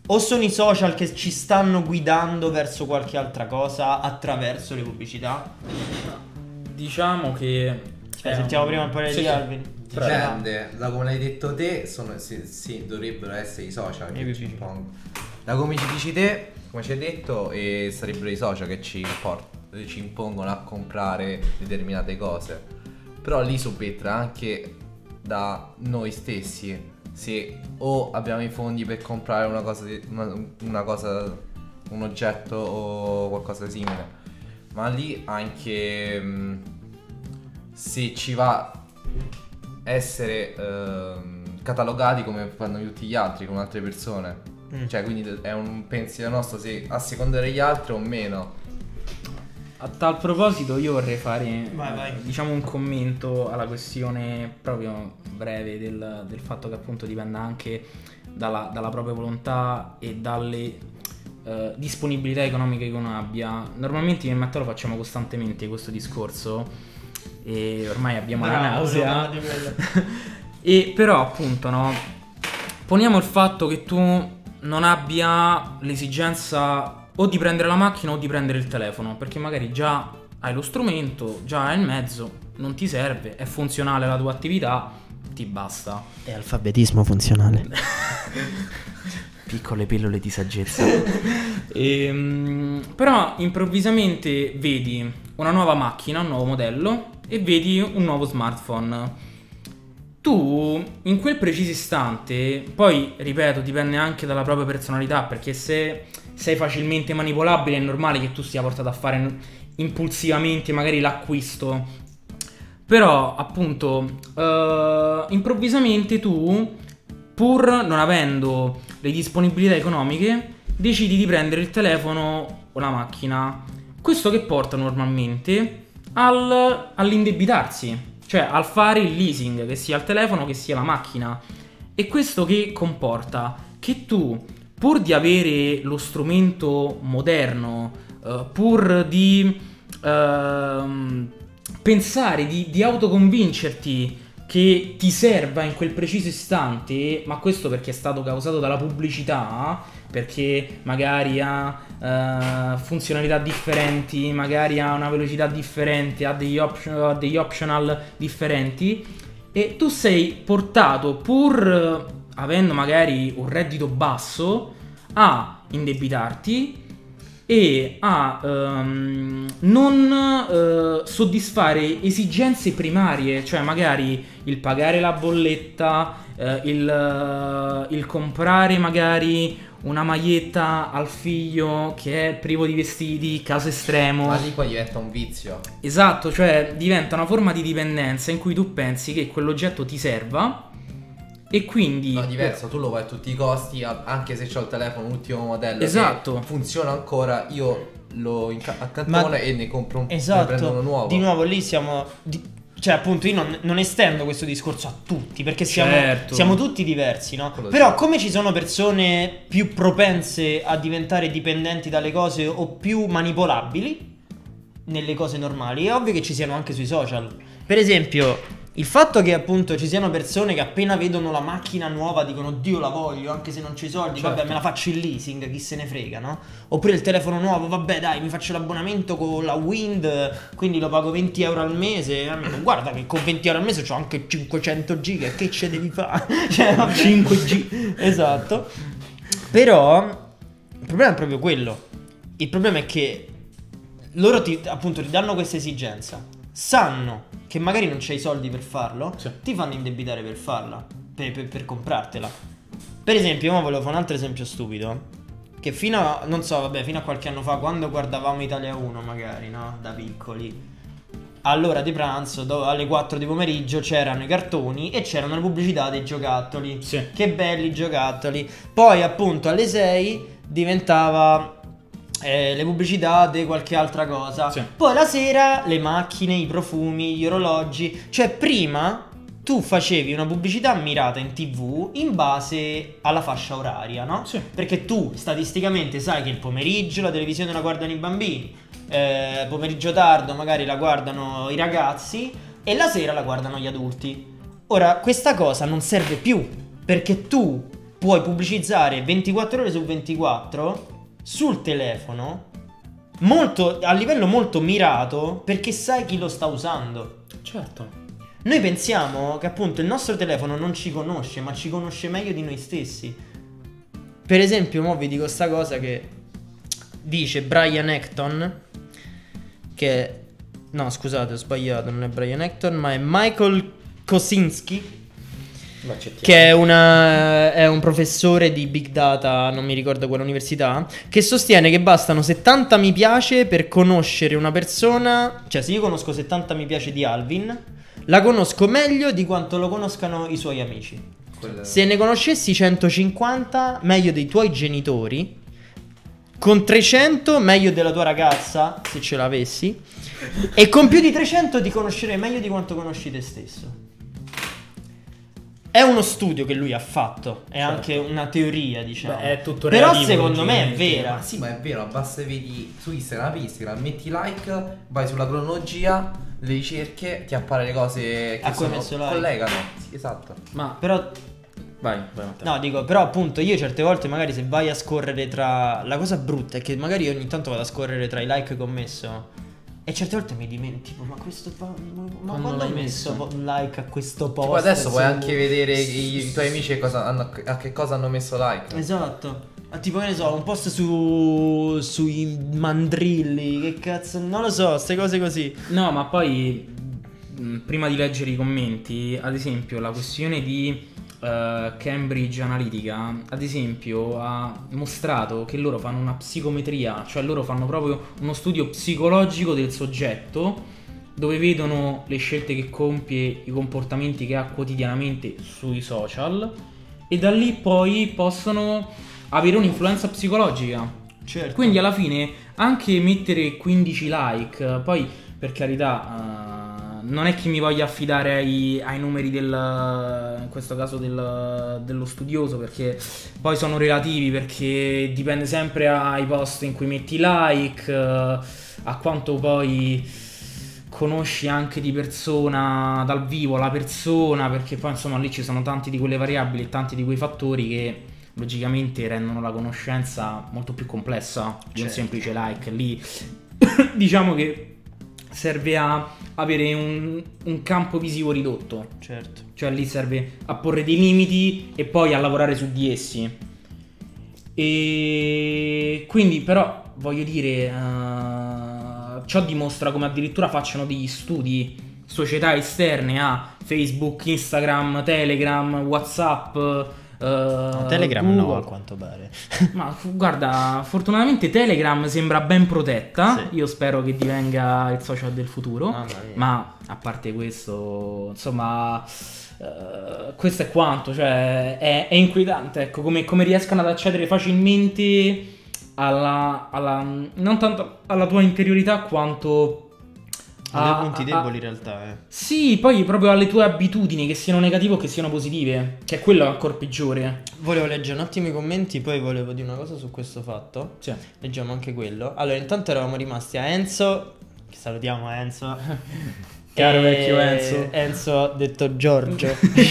o sono i social che ci stanno guidando verso qualche altra cosa attraverso le pubblicità? Diciamo che... Cioè, sentiamo prima il parere Sì, di sì. Alvin. Dipende, da come l'hai detto te, sono, sì, sì, dovrebbero essere i social che ci impongono. Da come ci dici te, come ci hai detto, e sarebbero i social che ci, port- ci impongono a comprare determinate cose. Però lì subentra anche da noi stessi, se o abbiamo i fondi per comprare una cosa, di, una, una cosa, un oggetto o qualcosa di simile. Ma lì anche mh, se ci va essere ehm, catalogati come fanno tutti gli altri con altre persone, mm. cioè quindi è un pensiero nostro se assecondare gli altri o meno. A tal proposito io vorrei fare vai, vai. diciamo un commento alla questione proprio breve del, del fatto che appunto dipenda anche dalla, dalla propria volontà e dalle uh, disponibilità economiche che uno abbia. Normalmente io e Matteo lo facciamo costantemente questo discorso e ormai abbiamo Bravo, la nausea no, e però appunto no, poniamo il fatto che tu non abbia l'esigenza o di prendere la macchina o di prendere il telefono, perché magari già hai lo strumento, già hai il mezzo, non ti serve, è funzionale alla tua attività, ti basta. È alfabetismo funzionale. Piccole pillole di saggezza. e, però improvvisamente vedi una nuova macchina, un nuovo modello e vedi un nuovo smartphone. Tu in quel preciso istante, poi ripeto, dipende anche dalla propria personalità, perché se sei facilmente manipolabile è normale che tu sia portato a fare impulsivamente magari l'acquisto. Però appunto uh, improvvisamente tu, pur non avendo le disponibilità economiche, decidi di prendere il telefono o la macchina. Questo che porta normalmente al, all'indebitarsi, cioè al fare il leasing, che sia il telefono che sia la macchina. E questo che comporta? Che tu, pur di avere lo strumento moderno, uh, pur di uh, pensare, di, di autoconvincerti che ti serva in quel preciso istante, ma questo perché è stato causato dalla pubblicità, perché magari ha uh, funzionalità differenti, magari ha una velocità differente, ha degli, option, ha degli optional differenti, e tu sei portato, pur avendo magari un reddito basso, a indebitarti e a um, non uh, soddisfare esigenze primarie, cioè magari il pagare la bolletta, uh, il, uh, il comprare magari una maglietta al figlio che è privo di vestiti, caso estremo. Ma lì poi diventa un vizio. Esatto, cioè diventa una forma di dipendenza in cui tu pensi che quell'oggetto ti serva e quindi... No, diverso, tu lo vuoi a tutti i costi, anche se c'ho il telefono ultimo modello, esatto, che funziona ancora, io lo inca- accantone Ma... e ne compro un, esatto, ne prendo uno nuovo. Di nuovo lì siamo... Di... Cioè appunto io non, non estendo questo discorso a tutti, perché siamo, certo. siamo tutti diversi, no? Quello Però sì. come ci sono persone più propense a diventare dipendenti dalle cose o più manipolabili nelle cose normali, è ovvio che ci siano anche sui social. Per esempio, il fatto che appunto ci siano persone che appena vedono la macchina nuova dicono Dio la voglio, anche se non c'ho i soldi, certo. vabbè me la faccio in leasing, chi se ne frega, no? Oppure il telefono nuovo, vabbè dai mi faccio l'abbonamento con la Wind, quindi lo pago venti euro al mese, amico, guarda che con venti euro al mese c'ho anche cinquecento giga, che ce devi fare? Cioè, vabbè. cinque G. Esatto. Però il problema è proprio quello. Il problema è che loro ti, appunto ti danno questa esigenza, sanno che magari non c'hai i soldi per farlo, sì. ti fanno indebitare per farla, per, per, per comprartela. Per esempio, io volevo fare un altro esempio stupido, che fino a, non so, vabbè, fino a qualche anno fa, quando guardavamo Italia uno magari, no? Da piccoli, all'ora di pranzo, do, alle quattro di pomeriggio c'erano i cartoni e c'erano le pubblicità dei giocattoli. Sì. Che belli giocattoli. Poi appunto alle sei diventava... Eh, le pubblicità di qualche altra cosa, sì. Poi la sera le macchine, i profumi, gli orologi. Cioè prima tu facevi una pubblicità mirata in tv in base alla fascia oraria, no? Sì. Perché tu statisticamente sai che il pomeriggio la televisione la guardano i bambini, eh, pomeriggio tardo magari la guardano i ragazzi e la sera la guardano gli adulti. Ora questa cosa non serve più, perché tu puoi pubblicizzare ventiquattro ore su ventiquattro sul telefono, molto, a livello molto mirato, perché sai chi lo sta usando. Certo. Noi pensiamo che appunto il nostro telefono non ci conosce, ma ci conosce meglio di noi stessi. Per esempio, mo vi dico sta cosa che dice Brian Acton, che no, scusate, ho sbagliato, non è Brian Acton, ma è Michael Kosinski, che è, una, è un professore di Big Data, non mi ricordo quale università, che sostiene che bastano settanta mi piace per conoscere una persona. Cioè, se io conosco settanta mi piace di Alvin, la conosco meglio di quanto lo conoscano i suoi amici. Quella... Se ne conoscessi centocinquanta, meglio dei tuoi genitori. Con trecento, meglio della tua ragazza, se ce l'avessi. E con più di trecento ti conoscerei meglio di quanto conosci te stesso. È uno studio che lui ha fatto, è Certo. anche una teoria, diciamo. Beh, è tutto Però relativo, secondo me è logicamente. vera. Ma sì, ma è vero, basta vedi su Instagram, apri Instagram, metti like, vai sulla cronologia, le ricerche, ti appare le cose che A cui hai sono, messo like. collegano. Sì, esatto. Ma Però vai, vai Matteo. no, dico, però appunto io certe volte magari se vai a scorrere tra... La cosa brutta è che magari io ogni tanto vado a scorrere tra i like che ho messo e certe volte mi dimentico, ma questo pa- ma Quando quando ho l'hai messo messo? un like a questo post? Tipo adesso puoi su- anche vedere i, i tuoi amici che cosa hanno, a che cosa hanno messo like. Esatto. Ah, tipo che ne so, un post su sui mandrilli, che cazzo, non lo so, queste cose così. No, ma poi mh, prima di leggere i commenti, ad esempio, la questione di eh, Cambridge Analytica, ad esempio, ha mostrato che loro fanno una psicometria, cioè loro fanno proprio uno studio psicologico del soggetto, dove vedono le scelte che compie, i comportamenti che ha quotidianamente sui social, e da lì poi possono avere un'influenza psicologica. Certo. Quindi alla fine anche mettere quindici like, poi per carità, eh, non è che mi voglia affidare ai, ai numeri del, in questo caso del, dello studioso, perché poi sono relativi, perché dipende sempre ai post in cui metti like, eh, a quanto poi conosci anche di persona dal vivo la persona, perché poi insomma lì ci sono tanti di quelle variabili e tanti di quei fattori che logicamente rendono la conoscenza molto più complessa di un Certo. semplice like. Lì diciamo che serve a avere un, un campo visivo ridotto, Certo. cioè lì serve a porre dei limiti e poi a lavorare su di essi. E quindi però voglio dire, uh, ciò dimostra come addirittura facciano degli studi società esterne a Facebook, Instagram, Telegram, WhatsApp. No, Uh, Telegram Google. no, a quanto pare. Ma fu- guarda, fortunatamente Telegram sembra ben protetta. Sì. Io spero che divenga il social del futuro. Mamma mia. Ma a parte questo, insomma, eh, questo è quanto. Cioè, è, è inquietante. Ecco, come, come riescono ad accedere facilmente alla, alla- non tanto alla tua interiorità quanto Ha due a- punti a- deboli in realtà, eh. Sì, poi proprio alle tue abitudini, che siano negative o che siano positive, che è quello ancora peggiore. Volevo leggere un attimo i commenti, poi volevo dire una cosa su questo fatto. Cioè, Leggiamo anche quello. Allora, intanto eravamo rimasti a Enzo. Che salutiamo Enzo. Caro E vecchio Enzo. Enzo, detto Giorgio.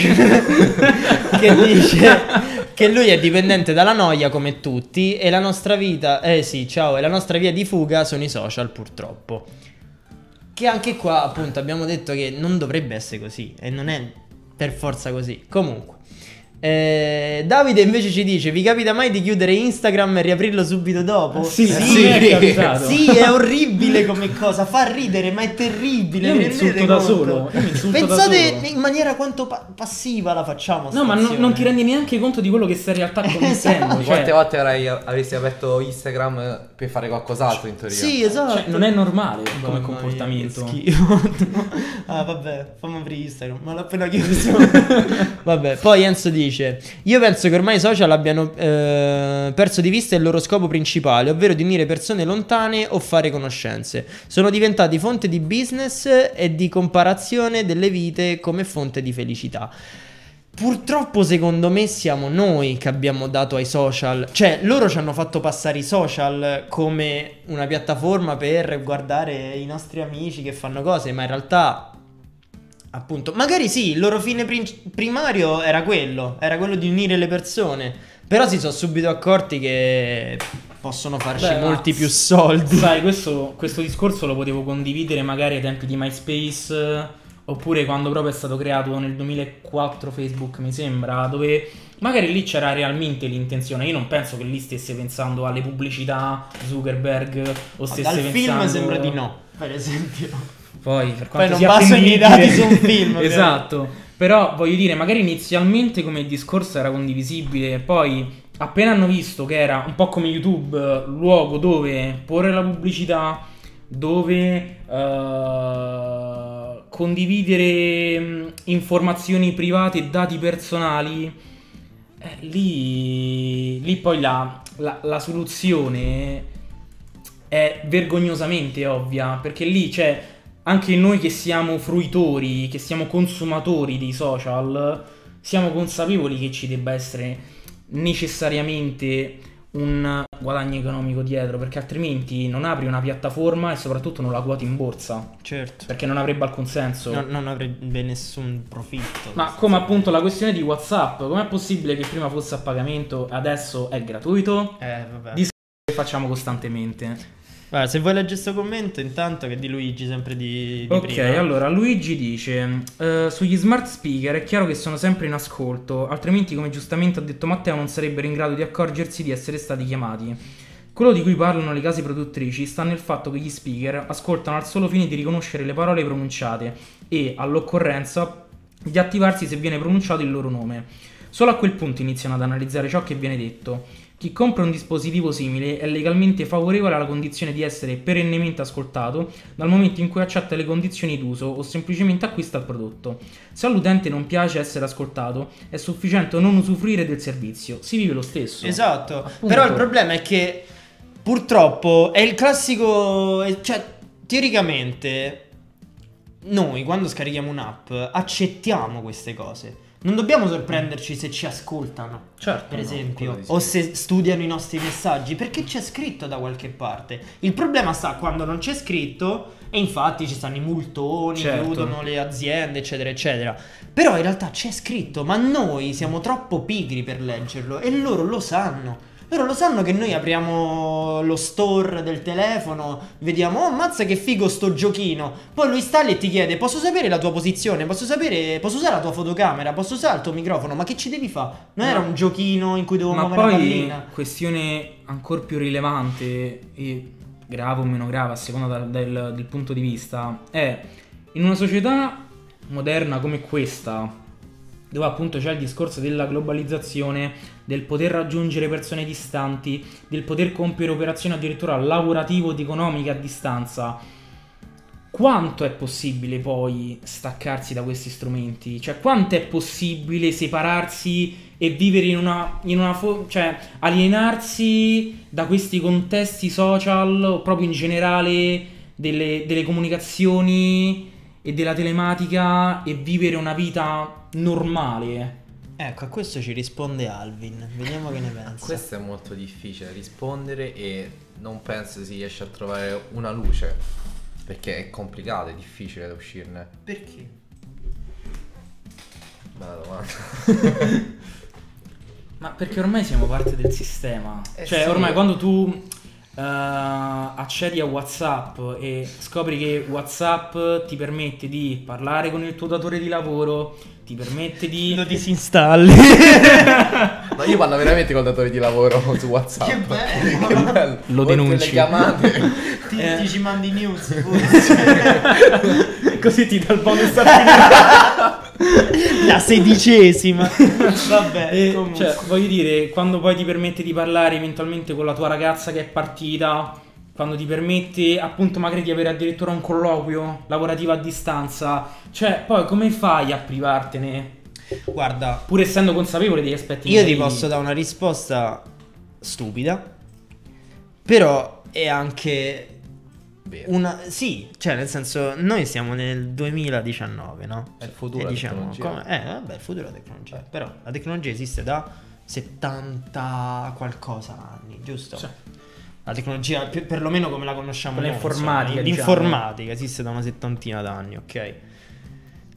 Che dice che lui è dipendente dalla noia come tutti. E la nostra vita. Eh sì, ciao. E la nostra via di fuga sono i social, purtroppo. Che anche qua, appunto, abbiamo detto che non dovrebbe essere così. E non è per forza così. Comunque. Eh, Davide invece ci dice: vi capita mai di chiudere Instagram e riaprirlo subito dopo? Sì, sì, sì, mi è capitato. sì, è orribile come cosa, fa ridere, ma è terribile. Io vi mi rendete insulto da conto? solo, io mi insulto da Pensate solo. in maniera quanto pa- passiva la facciamo. no, ma non, non ti rendi neanche conto di quello che stai in realtà commettendo. Esatto. Cioè, Quante volte avrai, avresti aperto Instagram per fare qualcos'altro in teoria? Sì, esatto. cioè, non è normale come Mamma comportamento. mia, che schifo. Ah, vabbè, fammi aprire Instagram, ma l'ho appena chiuso. Vabbè, poi Enzo dice: io penso che ormai i social abbiano eh, perso di vista il loro scopo principale, ovvero di unire persone lontane o fare conoscenze. Sono diventati fonte di business e di comparazione delle vite come fonte di felicità. Purtroppo secondo me siamo noi che abbiamo dato ai social, cioè loro ci hanno fatto passare i social come una piattaforma per guardare i nostri amici che fanno cose, ma in realtà appunto, magari sì, il loro fine prin- primario era quello, era quello di unire le persone, però si sono subito accorti che possono farci Beh, molti ma- più soldi. Sai, questo, questo discorso lo potevo condividere magari ai tempi di MySpace, eh, oppure quando proprio è stato creato nel duemilaquattro Facebook, mi sembra, dove magari lì c'era realmente l'intenzione. Io non penso che lì stesse pensando alle pubblicità Zuckerberg o stesse Dal pensando... film sembra di no, per esempio. Poi, per Poi quanto non sia bastano i attendibile- dati su un film. Esatto. Però voglio dire, magari inizialmente come discorso era condivisibile, poi appena hanno visto che era un po' come YouTube, eh, luogo dove porre la pubblicità, dove eh, condividere mh, informazioni private e dati personali, eh, lì, lì poi la, la, la soluzione è vergognosamente ovvia, perché lì c'è anche noi che siamo fruitori, che siamo consumatori dei social, siamo consapevoli che ci debba essere necessariamente un guadagno economico dietro, perché altrimenti non apri una piattaforma e soprattutto non la quoti in borsa, Certo. perché non avrebbe alcun senso. No- non avrebbe nessun profitto. Ma come appunto la questione di WhatsApp, com'è possibile che prima fosse a pagamento e adesso è gratuito? Eh, vabbè. Di che facciamo costantemente. Guarda, se vuoi leggere questo commento, intanto che di Luigi, sempre di, di Ok, prima. allora Luigi dice: "Eh, sugli smart speaker è chiaro che sono sempre in ascolto, altrimenti, come giustamente ha detto Matteo, non sarebbero in grado di accorgersi di essere stati chiamati. Quello di cui parlano le case produttrici sta nel fatto che gli speaker ascoltano al solo fine di riconoscere le parole pronunciate e, all'occorrenza, di attivarsi se viene pronunciato il loro nome. Solo a quel punto iniziano ad analizzare ciò che viene detto. Chi compra un dispositivo simile è legalmente favorevole alla condizione di essere perennemente ascoltato dal momento in cui accetta le condizioni d'uso o semplicemente acquista il prodotto. Se all'utente non piace essere ascoltato, è sufficiente non usufruire del servizio. Si vive lo stesso." Esatto. Appunto. Però il problema è che purtroppo è il classico. Cioè, teoricamente, noi quando scarichiamo un'app accettiamo queste cose. Non dobbiamo sorprenderci se ci ascoltano. Certo, Per no, esempio, quello di sì. o se studiano i nostri messaggi, perché c'è scritto da qualche parte. Il problema sta quando non c'è scritto e infatti ci stanno i multoni, Certo. chiudono le aziende, eccetera, eccetera. Però in realtà c'è scritto, ma noi siamo troppo pigri per leggerlo e loro lo sanno. Loro lo sanno che noi apriamo lo store del telefono, vediamo, oh mazza che figo sto giochino. Poi lo installi e ti chiede, posso sapere la tua posizione? Posso sapere, posso usare la tua fotocamera? Posso usare il tuo microfono? Ma che ci devi fare? Non Ma- era un giochino in cui dovevo Ma muovere la poi, pallina? questione ancora più rilevante e grave o meno grave a seconda del, del- del punto di vista, è in una società moderna come questa, dove appunto c'è il discorso della globalizzazione, del poter raggiungere persone distanti, del poter compiere operazioni addirittura lavorative ed economiche a distanza. Quanto è possibile poi staccarsi da questi strumenti? Cioè, quanto è possibile separarsi e vivere in una, in una fo- cioè alienarsi da questi contesti social o proprio in generale delle, delle comunicazioni e della telematica e vivere una vita normale? Ecco, a questo ci risponde Alvin. Vediamo che ne pensa. Questo è molto difficile rispondere e non penso si riesce a trovare una luce, perché è complicato, è difficile da uscirne. Perché? Bella domanda. Ma perché ormai siamo parte del sistema. Eh Cioè, sì. ormai quando tu eh, accedi a WhatsApp e scopri che WhatsApp ti permette di parlare con il tuo datore di lavoro, ti permette di... Lo disinstalli. Ma io parlo veramente col datore di lavoro su WhatsApp. Che bello. Che bello. Lo Oltre denunci. le chiamate. Ti, Eh. ti ci mandi news pure. Così ti dà il bonus a La sedicesima. Vabbè, E, comunque. cioè, voglio dire, quando poi ti permette di parlare eventualmente con la tua ragazza che è partita, quando ti permette appunto magari di avere addirittura un colloquio lavorativo a distanza, cioè poi come fai a privartene? Guarda, Pur essendo consapevole degli aspetti io ti negativi. posso dare una risposta stupida, però è anche Vero. una... Sì, cioè nel senso, noi siamo nel duemiladiciannove, no? È il futuro E della diciamo, tecnologia. come- eh, vabbè, il futuro della tecnologia. Però la tecnologia esiste da settanta qualcosa anni, giusto? Sì. La tecnologia, per- perlomeno come la conosciamo Quella noi, informatica, insomma, diciamo. l'informatica esiste da una settantina d'anni, ok?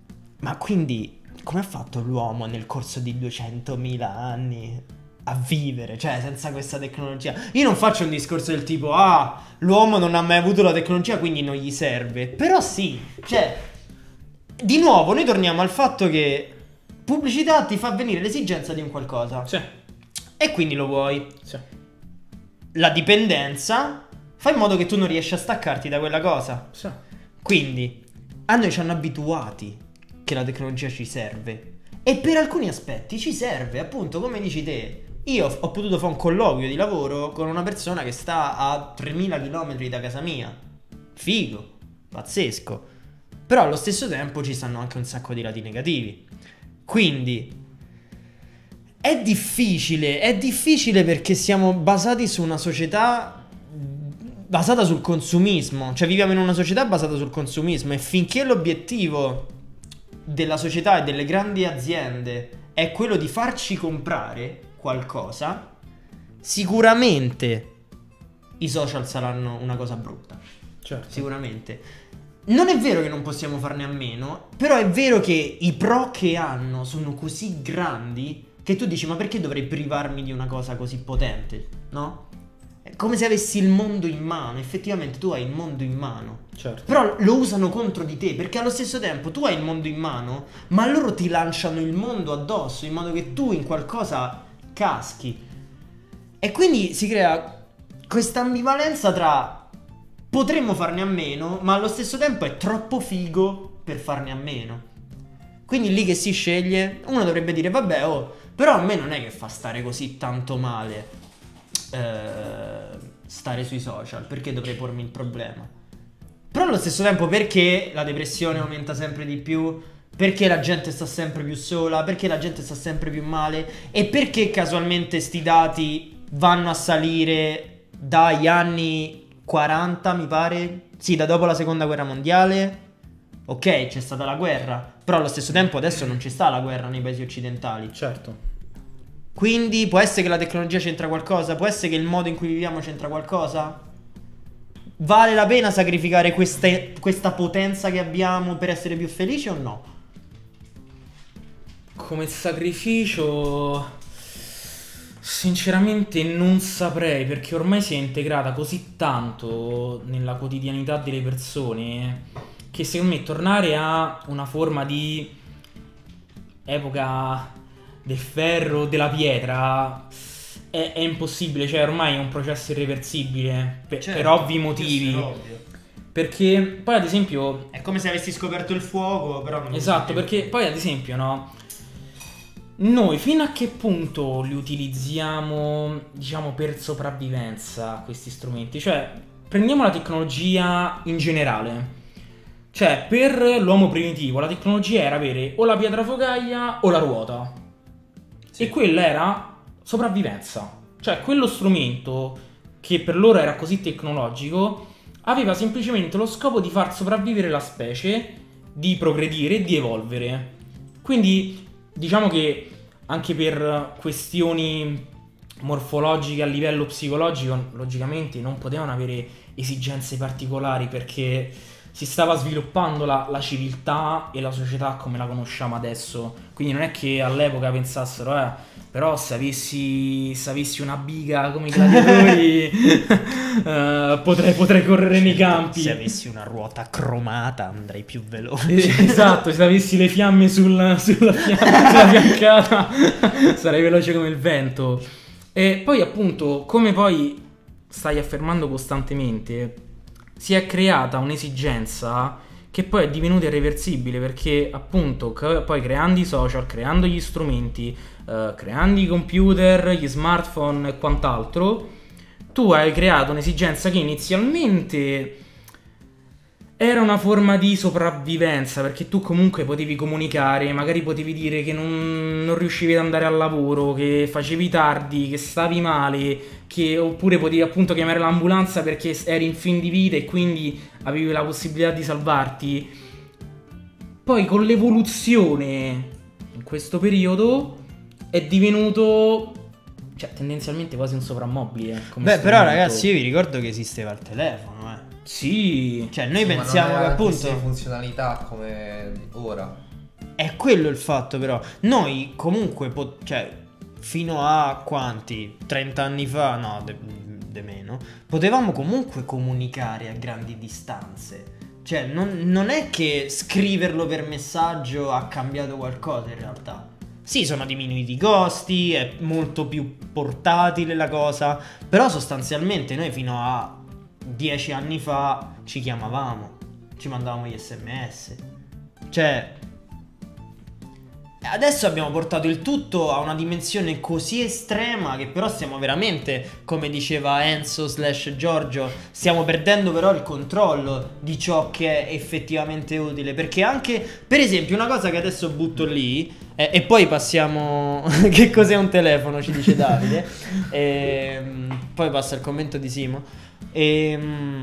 Ma quindi come ha fatto l'uomo nel corso di duecentomila anni a vivere, cioè senza questa tecnologia? Io non faccio un discorso del tipo ah, l'uomo non ha mai avuto la tecnologia quindi non gli serve. Però sì, cioè di nuovo noi torniamo al fatto che pubblicità ti fa venire l'esigenza di un qualcosa. Sì. E quindi lo vuoi. Sì. La dipendenza fa in modo che tu non riesci a staccarti da quella cosa. Sì. Quindi a noi ci hanno abituati che la tecnologia ci serve. E per alcuni aspetti ci serve, appunto, come dici te. Io ho potuto fare un colloquio di lavoro con una persona che sta a tremila chilometri da casa mia. Figo, pazzesco. Però allo stesso tempo ci stanno anche un sacco di lati negativi. Quindi è difficile, è difficile perché siamo basati su una società basata sul consumismo. Cioè viviamo in una società basata sul consumismo e finché l'obiettivo della società e delle grandi aziende è quello di farci comprare qualcosa, sicuramente i social saranno una cosa brutta. Certo. Sicuramente. Non è vero che non possiamo farne a meno, però è vero che i pro che hanno sono così grandi che tu dici ma perché dovrei privarmi di una cosa così potente, no? È come se avessi il mondo in mano. Effettivamente tu hai il mondo in mano. Certo. Però lo usano contro di te, perché allo stesso tempo tu hai il mondo in mano, ma loro ti lanciano il mondo addosso in modo che tu in qualcosa caschi. E quindi si crea questa ambivalenza tra potremmo farne a meno, ma allo stesso tempo è troppo figo per farne a meno. Quindi lì che si sceglie, uno dovrebbe dire vabbè, oh, però a me non è che fa stare così tanto male eh, stare sui social, perché dovrei pormi il problema? Però allo stesso tempo perché la depressione aumenta sempre di più? Perché la gente sta sempre più sola? Perché la gente sta sempre più male? E perché casualmente sti dati vanno a salire dagli anni quaranta, mi pare? Sì, da dopo la seconda guerra mondiale. Ok, c'è stata la guerra, però allo stesso tempo adesso non ci sta la guerra nei paesi occidentali. Certo. Quindi può essere che la tecnologia c'entra qualcosa? Può essere che il modo in cui viviamo c'entra qualcosa? Vale la pena sacrificare queste, questa potenza che abbiamo per essere più felici o no? Come sacrificio sinceramente non saprei, perché ormai si è integrata così tanto nella quotidianità delle persone che secondo me tornare a una forma di epoca del ferro, della pietra è, è impossibile. Cioè ormai è un processo irreversibile per, Certo, per ovvi questo motivi. è ovvio. Perché poi ad esempio È come se avessi scoperto il fuoco, però non lo esatto, so più. perché poi ad esempio no, noi fino a che punto li utilizziamo, diciamo, per sopravvivenza questi strumenti? Cioè prendiamo la tecnologia in generale. Cioè per l'uomo primitivo la tecnologia era avere o la pietrafocaia o la ruota. Sì. E quella era sopravvivenza. Cioè quello strumento che per loro era così tecnologico aveva semplicemente lo scopo di far sopravvivere la specie, di progredire e di evolvere. Quindi diciamo che anche per questioni morfologiche a livello psicologico logicamente non potevano avere esigenze particolari, perché si stava sviluppando la, la civiltà e la società come la conosciamo adesso. Quindi non è che all'epoca pensassero eh però se avessi, se avessi una biga come i gladiatori eh, potrei, potrei correre nei campi. Se avessi una ruota cromata andrei più veloce. Eh, esatto, se avessi le fiamme sul, sulla, fia- sulla fiancata sarei veloce come il vento. E poi appunto, come poi stai affermando costantemente, si è creata un'esigenza che poi è divenuta irreversibile, perché appunto poi creando i social, creando gli strumenti, eh, creando i computer, gli smartphone e quant'altro, tu hai creato un'esigenza che inizialmente era una forma di sopravvivenza, perché tu comunque potevi comunicare, magari potevi dire che non, non riuscivi ad andare al lavoro, che facevi tardi, che stavi male, che oppure potevi appunto chiamare l'ambulanza perché eri in fin di vita e quindi avevi la possibilità di salvarti. Poi con l'evoluzione in questo periodo è divenuto, cioè tendenzialmente quasi un sovrammobile come Beh, però strumento. ragazzi, io vi ricordo che esisteva il telefono, eh. Sì. Cioè noi Sì, ma pensiamo non che aveva appunto queste funzionalità come ora. è quello il fatto, però. Noi comunque, po- cioè, fino a quanti? trenta anni fa, no, de, de meno, potevamo comunque comunicare a grandi distanze. Cioè, non, non è che scriverlo per messaggio ha cambiato qualcosa in realtà. Sì, sono diminuiti i costi, è molto più portatile la cosa, però sostanzialmente noi fino a dieci anni fa ci chiamavamo, ci mandavamo gli sms. Cioè, adesso abbiamo portato il tutto a una dimensione così estrema che però stiamo veramente, come diceva Enzo slash Giorgio, stiamo perdendo però il controllo di ciò che è effettivamente utile. Perché anche, per esempio, una cosa che adesso butto lì, eh, e poi passiamo... che cos'è un telefono, ci dice Davide. E, poi passa il commento di Simo. E,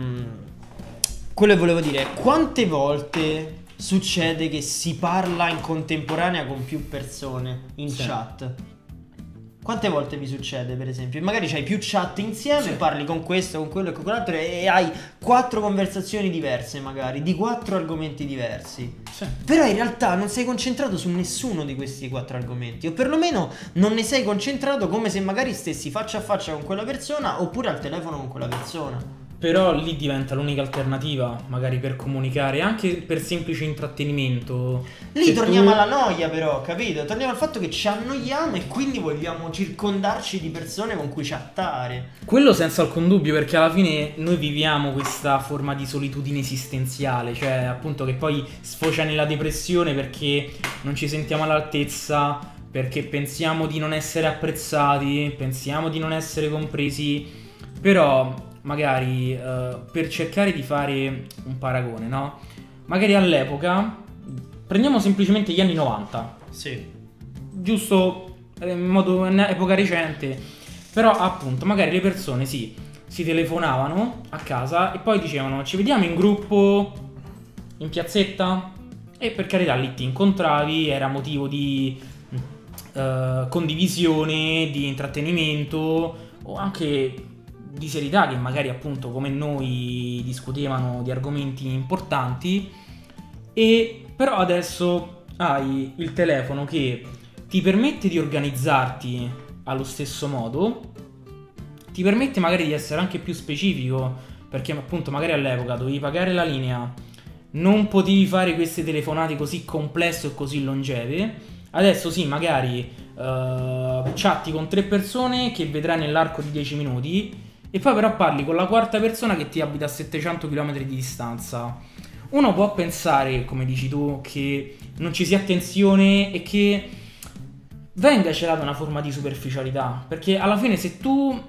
quello che volevo dire, quante volte... succede che si parla in contemporanea con più persone in sì. chat? Quante volte vi succede, per esempio? Magari c'hai più chat insieme, sì. parli con questo, con quello e con quell'altro e hai quattro conversazioni diverse, magari, di quattro argomenti diversi. Sì. Però in realtà non sei concentrato su nessuno di questi quattro argomenti, o perlomeno non ne sei concentrato come se magari stessi faccia a faccia con quella persona oppure al telefono con quella persona. Però lì diventa l'unica alternativa, magari per comunicare, anche per semplice intrattenimento. Lì Se torniamo tu... alla noia, però, capito? Torniamo al fatto che ci annoiamo e quindi vogliamo circondarci di persone con cui chattare. Quello senza alcun dubbio, perché alla fine noi viviamo questa forma di solitudine esistenziale, cioè appunto che poi sfocia nella depressione perché non ci sentiamo all'altezza, perché pensiamo di non essere apprezzati, pensiamo di non essere compresi, però... magari uh, per cercare di fare un paragone, no? Magari all'epoca prendiamo semplicemente gli anni novanta. Sì. Giusto in modo in epoca recente. Però appunto magari le persone sì, si telefonavano a casa e poi dicevano ci vediamo in gruppo in piazzetta e per carità lì ti incontravi, era motivo di uh, condivisione, di intrattenimento o anche di serietà che magari appunto come noi discutevano di argomenti importanti. E però adesso hai il telefono che ti permette di organizzarti allo stesso modo, ti permette magari di essere anche più specifico, perché appunto magari all'epoca dovevi pagare la linea, non potevi fare queste telefonate così complesse o così longeve. Adesso sì, magari uh, chatti con tre persone che vedrai nell'arco di dieci minuti e poi però parli con la quarta persona che ti abita a settecento chilometri di distanza. Uno può pensare, come dici tu, che non ci sia attenzione e che venga celata una forma di superficialità, perché alla fine se tu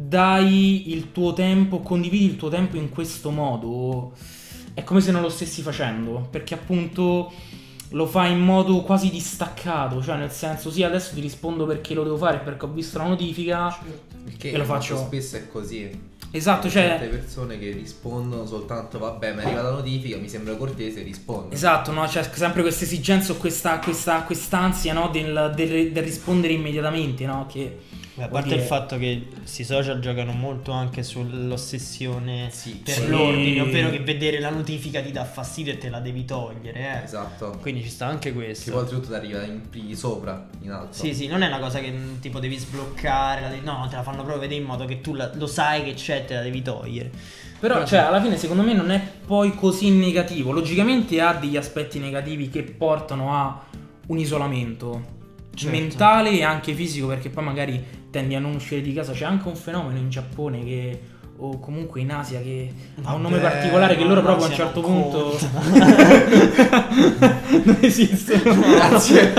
dai il tuo tempo, condividi il tuo tempo in questo modo, è come se non lo stessi facendo, perché appunto lo fai in modo quasi distaccato, cioè nel senso sì adesso ti rispondo perché lo devo fare, perché ho visto la notifica Perché e lo faccio. spesso è così. Esatto, C'è cioè tante persone che rispondono soltanto vabbè mi arriva la notifica, mi sembra cortese, rispondo. esatto, no? C'è sempre questa esigenza o questa, questa quest'ansia, no? del, del, del rispondere immediatamente, no? Che A parte dire... il fatto che questi social giocano molto anche sull'ossessione Sì, per sì. l'ordine, ovvero che vedere la notifica ti dà fastidio e te la devi togliere, eh. Esatto. Quindi ci sta anche questo. Che poi oltretutto ti arriva in di sopra, in alto. Sì, sì, non è una cosa che tipo devi sbloccare, la devi... no, te la fanno proprio vedere in modo che tu la... lo sai che c'è e te la devi togliere. Però, Però cioè, sì. alla fine secondo me non è poi così negativo. Logicamente ha degli aspetti negativi che portano a un isolamento Certo. mentale e anche fisico, perché poi magari tendi a non uscire di casa. C'è anche un fenomeno in Giappone che o comunque in Asia che ha un nome Vabbè, particolare che loro ma proprio a un l'Asia certo non punto conta. non esistono. Grazie.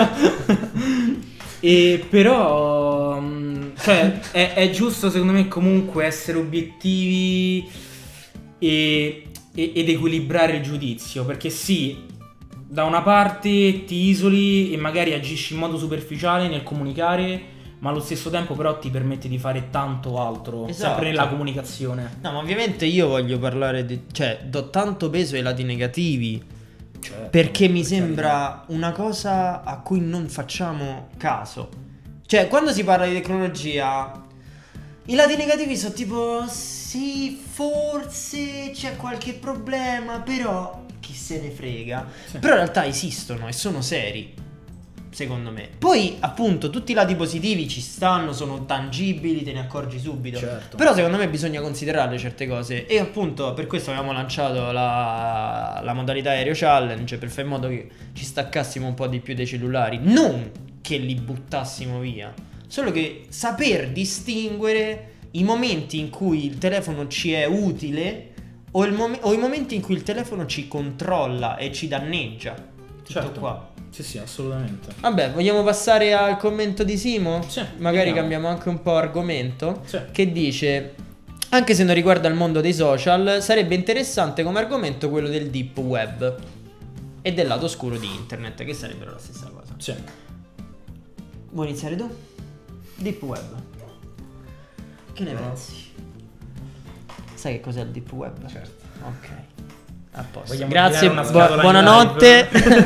E però mh, cioè è, è giusto secondo me comunque essere obiettivi e, e- ed equilibrare il giudizio, perché sì, da una parte ti isoli e magari agisci in modo superficiale nel comunicare, ma allo stesso tempo però ti permette di fare tanto altro, Esatto. sempre nella comunicazione. No, ma ovviamente io voglio parlare di... cioè, do tanto peso ai lati negativi Cioè, perché mi per sembra una cosa a cui non facciamo caso. Cioè, quando si parla di tecnologia, i lati negativi sono tipo, sì, forse c'è qualche problema, però chi se ne frega. Sì. Però in realtà esistono e sono seri, secondo me. Poi appunto tutti i lati positivi ci stanno, sono tangibili, te ne accorgi subito. Certo. Però secondo me bisogna considerare certe cose. E appunto per questo avevamo lanciato la, la modalità aereo challenge, per fare in modo che ci staccassimo un po' di più dai cellulari. Non che li buttassimo via, solo che saper distinguere i momenti in cui il telefono ci è utile o, il mom- o i momenti in cui il telefono ci controlla e ci danneggia. Tutto Certo. qua. Sì, sì, assolutamente. Vabbè, vogliamo passare al commento di Simo? Sì, Magari vediamo. cambiamo anche un po' argomento. Sì. Che dice: anche se non riguarda il mondo dei social, sarebbe interessante come argomento quello del deep web e del lato oscuro di internet, che sarebbero la stessa cosa. Sì. Vuoi iniziare tu? Deep web. Che ne No. pensi? Sai che cos'è il deep web? Certo. Ok. A posto. Vogliamo Grazie, tirare una bu- scatola in buonanotte.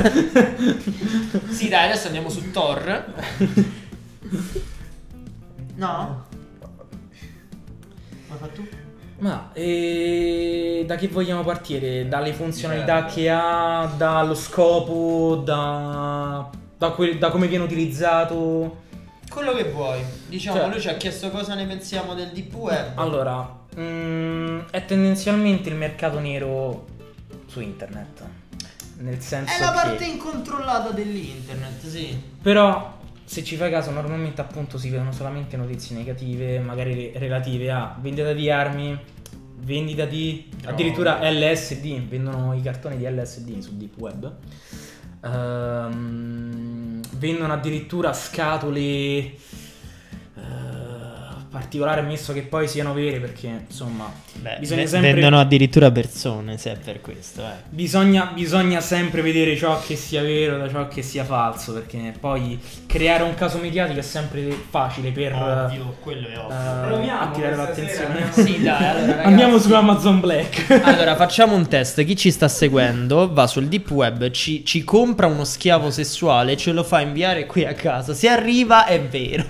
Sì, dai, adesso andiamo su Tor. No? Ma fa tu? Ma eh, da che vogliamo partire? Dalle funzionalità che ha, dallo scopo, da, da, quel- da come viene utilizzato? Quello che vuoi. Diciamo, Cioè- lui ci ha chiesto cosa ne pensiamo del deep web. Allora, mm, è tendenzialmente il mercato nero su internet. Nel senso È la parte che... incontrollata dell'internet, sì. Però, se ci fai caso, normalmente appunto si vedono solamente notizie negative, magari re- relative a vendita di armi, vendita di... Droga. addirittura L S D, vendono i cartoni di L S D su deep web. Ehm, vendono addirittura scatole eh, particolari, ammesso che poi siano vere, perché insomma Beh, bisogna ve- sempre vendono addirittura persone, se è per questo, eh. bisogna, bisogna sempre vedere ciò che sia vero da ciò che sia falso, perché poi creare un caso mediatico è sempre facile per Ovvio, quello è eh, ovvio. Proviamo attirare questa l'attenzione. sera, Sì, dai, allora, ragazzi. Andiamo su Amazon Black. Allora, facciamo un test. Chi ci sta seguendo va sul deep web, ci, ci compra uno schiavo sessuale, ce lo fa inviare qui a casa. Se arriva, è vero.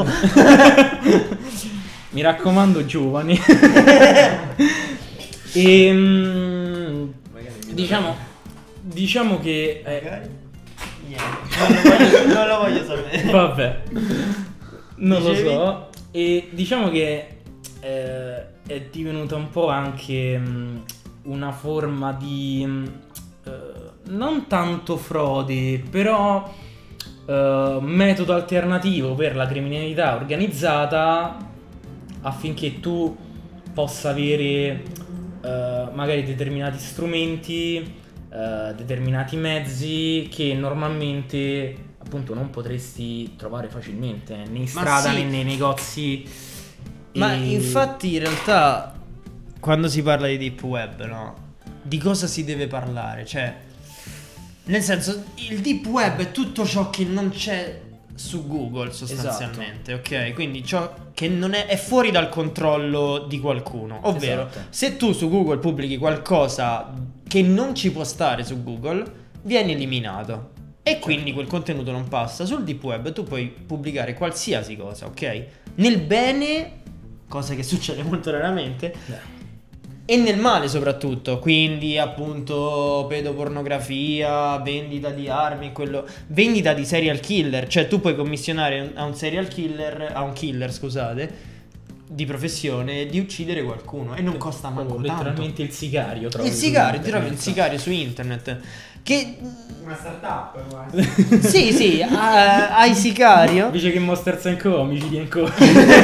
Mi raccomando, giovani. E mm, diciamo diciamo che eh, Magari. Niente, non lo voglio, non lo voglio sapere. vabbè, non Dicevi? lo so. E diciamo che eh, è divenuta un po' anche mh, una forma di mh, eh, non tanto frode, però eh, metodo alternativo per la criminalità organizzata, affinché tu possa avere eh, magari determinati strumenti, eh, determinati mezzi che normalmente appunto non potresti trovare facilmente né in strada sì. né nei negozi. Ma E- infatti, in realtà, quando si parla di deep web, no? Di cosa si deve parlare? Cioè, nel senso, il deep web è tutto ciò che non c'è su Google, sostanzialmente, ok? Quindi ciò che non è, è fuori dal controllo di qualcuno. Ovvero, Esatto. se tu su Google pubblichi qualcosa che non ci può stare su Google, viene eliminato. E quindi quel contenuto non passa. Sul deep web tu puoi pubblicare qualsiasi cosa, ok? Nel bene, cosa che succede molto raramente, e nel male soprattutto. Quindi appunto pedopornografia, vendita di armi, quello, vendita di serial killer. Cioè tu puoi commissionare a un serial killer, a un killer scusate, di professione, di uccidere qualcuno. E non costa manco Proprio tanto. letteralmente il sicario trovi Il su sicario, ti internet. trovi il sicario su internet. Che Una startup quasi. sì, sì, ha- hai sicario. Invece che Monsters and Co, omicidi and Co.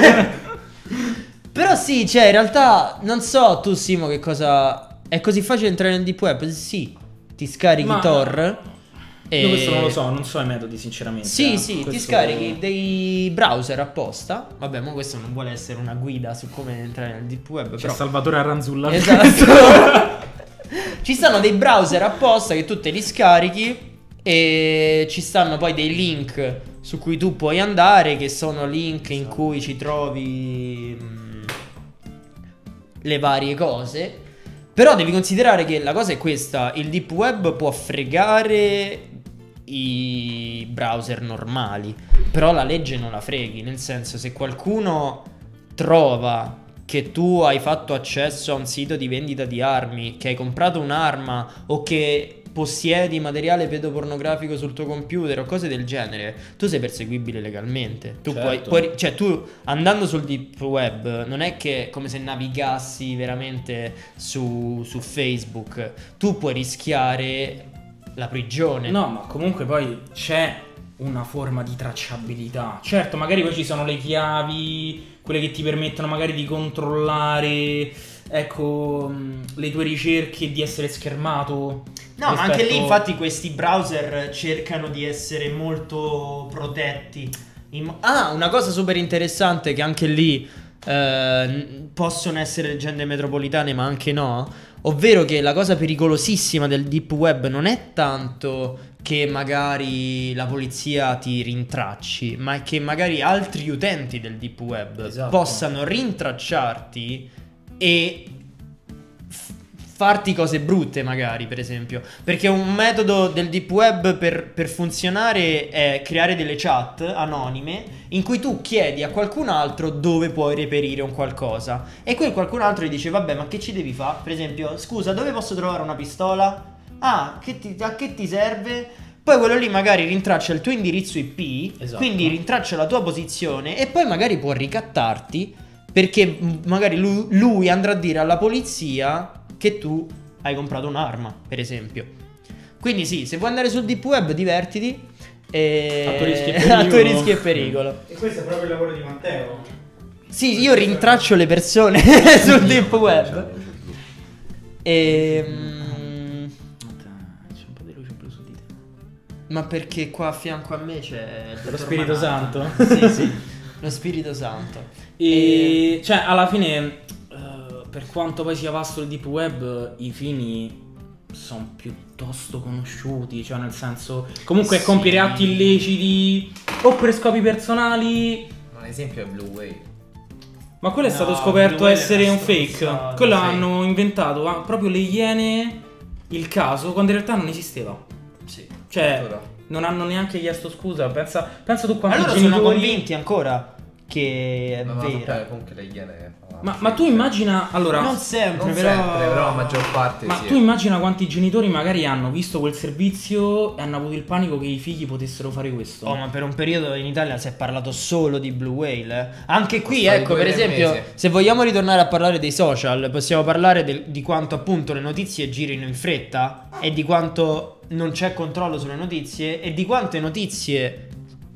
Però sì, cioè in realtà non so tu Simo che cosa... È così facile entrare nel deep web? Sì, ti scarichi Ma- Tor e... Io questo non lo so, non so i metodi sinceramente. Sì, eh. sì, ti Questo- scarichi dei browser apposta. Vabbè, ma questo non vuole essere una guida su come entrare nel deep web, C'è però... Salvatore Arranzulla. Esatto. Ci stanno dei browser apposta che tu te li scarichi e ci stanno poi dei link su cui tu puoi andare, che sono link in cui ci trovi mh, le varie cose. Però devi considerare che la cosa è questa: il deep web può fregare i browser normali, però la legge non la freghi. Nel senso, se qualcuno trova che tu hai fatto accesso a un sito di vendita di armi, che hai comprato un'arma o che possiedi materiale pedopornografico sul tuo computer o cose del genere, tu sei perseguibile legalmente. Tu puoi, Certo. puoi- cioè tu andando sul deep web non è che è come se navigassi veramente su, su Facebook, tu puoi rischiare la prigione. No, ma comunque poi c'è una forma di tracciabilità. Certo, magari poi ci sono le chiavi, quelle che ti permettono magari di controllare, ecco, mh, le tue ricerche e di essere schermato. No, ma anche rispetto- lì infatti questi browser cercano di essere molto protetti. In- Ah, una cosa super interessante che anche lì eh, n- possono essere leggende metropolitane ma anche no, ovvero che la cosa pericolosissima del deep web non è tanto che magari la polizia ti rintracci, ma è che magari altri utenti del deep web Esatto. possano rintracciarti e f- farti cose brutte magari, per esempio. Perché un metodo del deep web per, per funzionare è creare delle chat anonime in cui tu chiedi a qualcun altro dove puoi reperire un qualcosa e quel qualcun altro gli dice vabbè, ma che ci devi fare? Per esempio, scusa, dove posso trovare una pistola? Ah, che ti- a che ti serve? Poi quello lì magari rintraccia il tuo indirizzo I P, Esatto. quindi rintraccia la tua posizione e poi magari può ricattarti perché m- magari lui, lui andrà a dire alla polizia che tu hai comprato un'arma, per esempio. Quindi sì, se vuoi andare sul deep web divertiti e... A tuo rischio e a tuo pericolo. rischio e pericolo. E questo è proprio il lavoro di Matteo. Sì, io rintraccio le persone sul deep web. E... C'è un po' di luce blu su di te. Ma perché qua a fianco a me c'è il Lo dottor Spirito Manhattan. Santo. Sì, sì, lo Spirito Santo. E cioè, alla fine, eh, per quanto poi sia vasto il deep web, i fini sono piuttosto conosciuti. Cioè, nel senso, comunque Sì. compiere atti illeciti o per scopi personali. Un esempio è Blue Whale. Ma quello è No, stato scoperto Blue Whale essere è una un fake. stronzata, Quello fake. hanno inventato ah, proprio le Iene. Il caso, quando in realtà non esisteva. Sì. Cioè, Allora. non hanno neanche chiesto scusa. Pensa, pensa tu quanti Allora genitori. sono convinti ancora che è Ma, ma vera. vabbè, comunque le iene. Ma, ma tu immagina. Allora. Non sempre, Non però... sempre, però la maggior parte Ma sì. tu immagina quanti genitori magari hanno visto quel servizio e hanno avuto il panico che i figli potessero fare questo. Oh, ma per un periodo in Italia si è parlato solo di Blue Whale. eh. Anche qui, Costa di ecco, per due esempio, mesi. se vogliamo ritornare a parlare dei social, possiamo parlare del- di quanto appunto le notizie girino in fretta e di quanto non c'è controllo sulle notizie e di quante notizie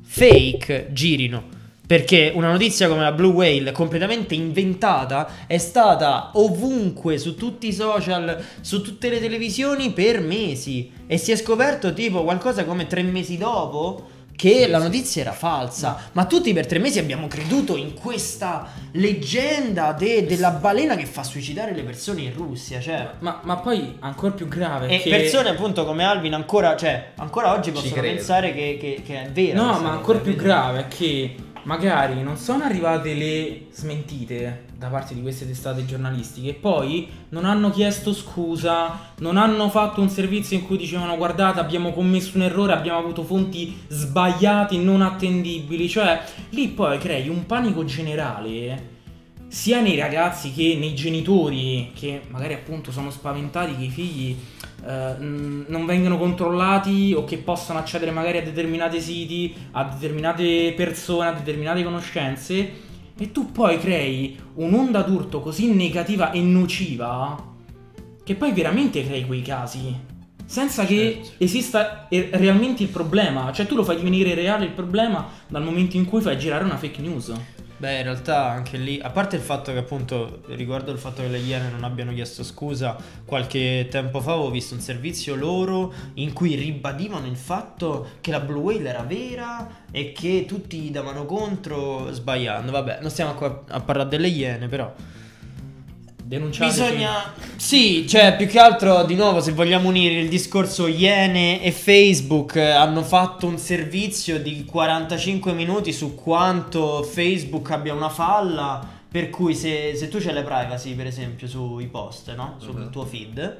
fake girino. Perché una notizia come la Blue Whale, completamente inventata, è stata ovunque, su tutti i social, su tutte le televisioni per mesi. E si è scoperto tipo qualcosa come tre mesi dopo che la notizia era falsa. Ma tutti per tre mesi abbiamo creduto in questa leggenda de- della balena che fa suicidare le persone in Russia. Cioè, Ma, ma poi ancora più grave e che... persone appunto come Alvin ancora, cioè, ancora oggi possono credo. pensare che, che- che è vera. No, questa ma cosa, ancora più capito? grave è che magari non sono arrivate le smentite da parte di queste testate giornalistiche e poi non hanno chiesto scusa, non hanno fatto un servizio in cui dicevano guardate abbiamo commesso un errore, abbiamo avuto fonti sbagliate, non attendibili. Cioè lì poi crei un panico generale sia nei ragazzi che nei genitori che magari appunto sono spaventati che i figli eh, n- non vengano controllati o che possano accedere magari a determinati siti, a determinate persone, a determinate conoscenze, e tu poi crei un'onda d'urto così negativa e nociva che poi veramente crei quei casi senza che Certo. esista eh, realmente il problema. Cioè tu lo fai divenire reale il problema dal momento in cui fai girare una fake news. Beh, in realtà anche lì, a parte il fatto che appunto, riguardo il fatto che le Iene non abbiano chiesto scusa, qualche tempo fa avevo visto un servizio loro in cui ribadivano il fatto che la Blue Whale era vera e che tutti gli davano contro sbagliando. Vabbè, non stiamo qua a parlare delle Iene, però Denunciateci. bisogna... Sì, cioè più che altro di nuovo se vogliamo unire il discorso Iene e Facebook, eh, hanno fatto un servizio di quarantacinque minuti su quanto Facebook abbia una falla, per cui se, se tu c'hai le privacy per esempio sui post, no? Sul Mhm. tuo feed,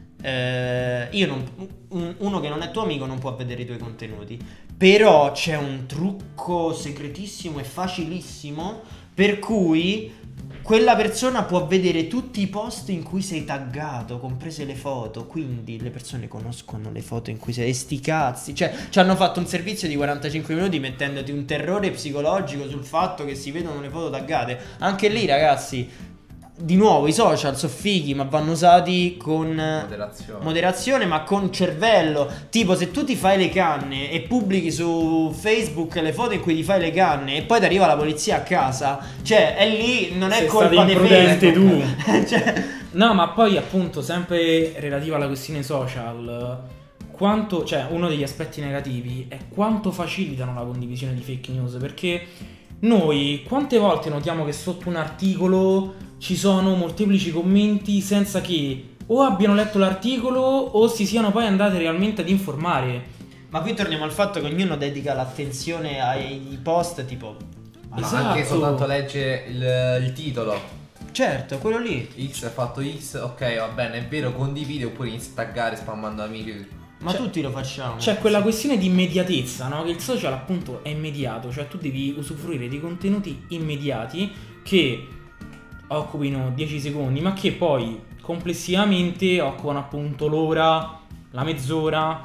eh, io non, un- uno che non è tuo amico non può vedere i tuoi contenuti, però c'è un trucco segretissimo e facilissimo per cui quella persona può vedere tutti i post in cui sei taggato, comprese le foto, quindi le persone conoscono le foto in cui sei, e sti cazzi, cioè ci hanno fatto un servizio di quarantacinque minuti mettendoti un terrore psicologico sul fatto che si vedono le foto taggate. Anche lì, ragazzi, di nuovo i social sono fighi, ma vanno usati con Moderazione. moderazione, ma con cervello. Tipo, se tu ti fai le canne e pubblichi su Facebook le foto in cui ti fai le canne e poi ti arriva la polizia a casa, cioè è lì, non è Sei colpa stato di imprudente Facebook. Cioè, No, ma poi appunto sempre relativa alla questione social, quanto, cioè uno degli aspetti negativi è quanto facilitano la condivisione di fake news, perché noi quante volte notiamo che sotto un articolo ci sono molteplici commenti senza che o abbiano letto l'articolo o si siano poi andate realmente ad informare. ma qui torniamo al fatto che ognuno dedica l'attenzione ai post, tipo, Ma Esatto. anche soltanto legge il, il titolo. certo, quello lì. X ha fatto X, ok, va bene, è vero, condivide oppure inizia a taggare spammando amici. Ma C'è- tutti lo facciamo. C'è quella questione di immediatezza, no? Che il social appunto è immediato, cioè tu devi usufruire di contenuti immediati che occupino dieci secondi, ma che poi complessivamente occupano appunto l'ora, la mezz'ora.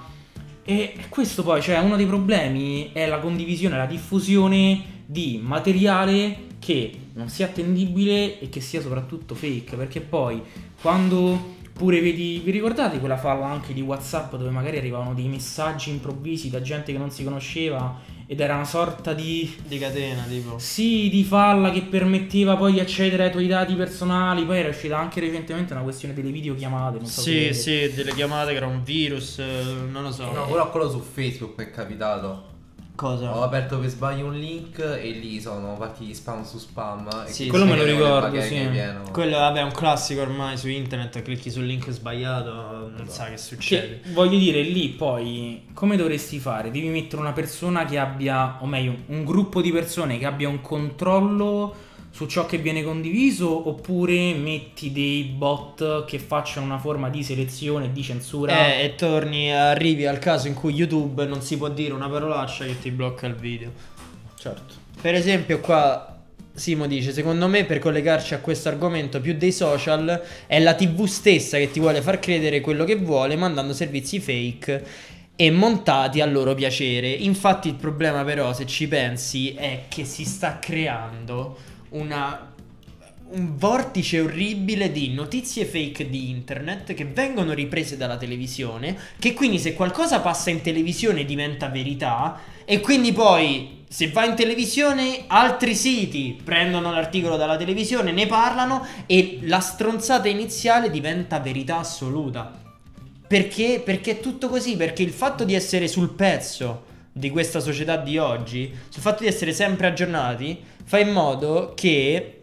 E questo poi, cioè uno dei problemi è la condivisione, la diffusione di materiale che non sia attendibile e che sia soprattutto fake, perché poi quando pure vedi, vi ricordate quella falla anche di WhatsApp dove magari arrivavano dei messaggi improvvisi da gente che non si conosceva ed era una sorta di Di catena, tipo. sì, di falla che permetteva poi di accedere ai tuoi dati personali. Poi era uscita anche recentemente una questione delle videochiamate, non so Sì, se sì, delle chiamate che era un virus, eh, non lo so. No, però quello su Facebook è capitato. Cosa? Ho aperto per sbaglio un link e lì sono partiti spam su spam. E Sì, quello me lo le ricordo, bacheche sì. pieno. Quello, vabbè, è un classico ormai su internet, clicchi sul link sbagliato, non sa che succede. Che, voglio dire, lì poi come dovresti fare? Devi mettere una persona che abbia, o meglio, un gruppo di persone che abbia un controllo su ciò che viene condiviso, oppure metti dei bot che facciano una forma di selezione e di censura? Eh, e torni, arrivi al caso in cui YouTube non si può dire una parolaccia che ti blocca il video. Certo. Per esempio qua Simo dice: secondo me, per collegarci a questo argomento, più dei social è la tivù stessa che ti vuole far credere quello che vuole, mandando servizi fake e montati a loro piacere. Infatti il problema però, se ci pensi, è che si sta creando una un vortice orribile di notizie fake di internet che vengono riprese dalla televisione, che quindi se qualcosa passa in televisione diventa verità, e quindi poi se va in televisione altri siti prendono l'articolo dalla televisione, ne parlano e la stronzata iniziale diventa verità assoluta. Perché? Perché è tutto così, perché il fatto di essere sul pezzo di questa società di oggi, sul fatto di essere sempre aggiornati, fa in modo che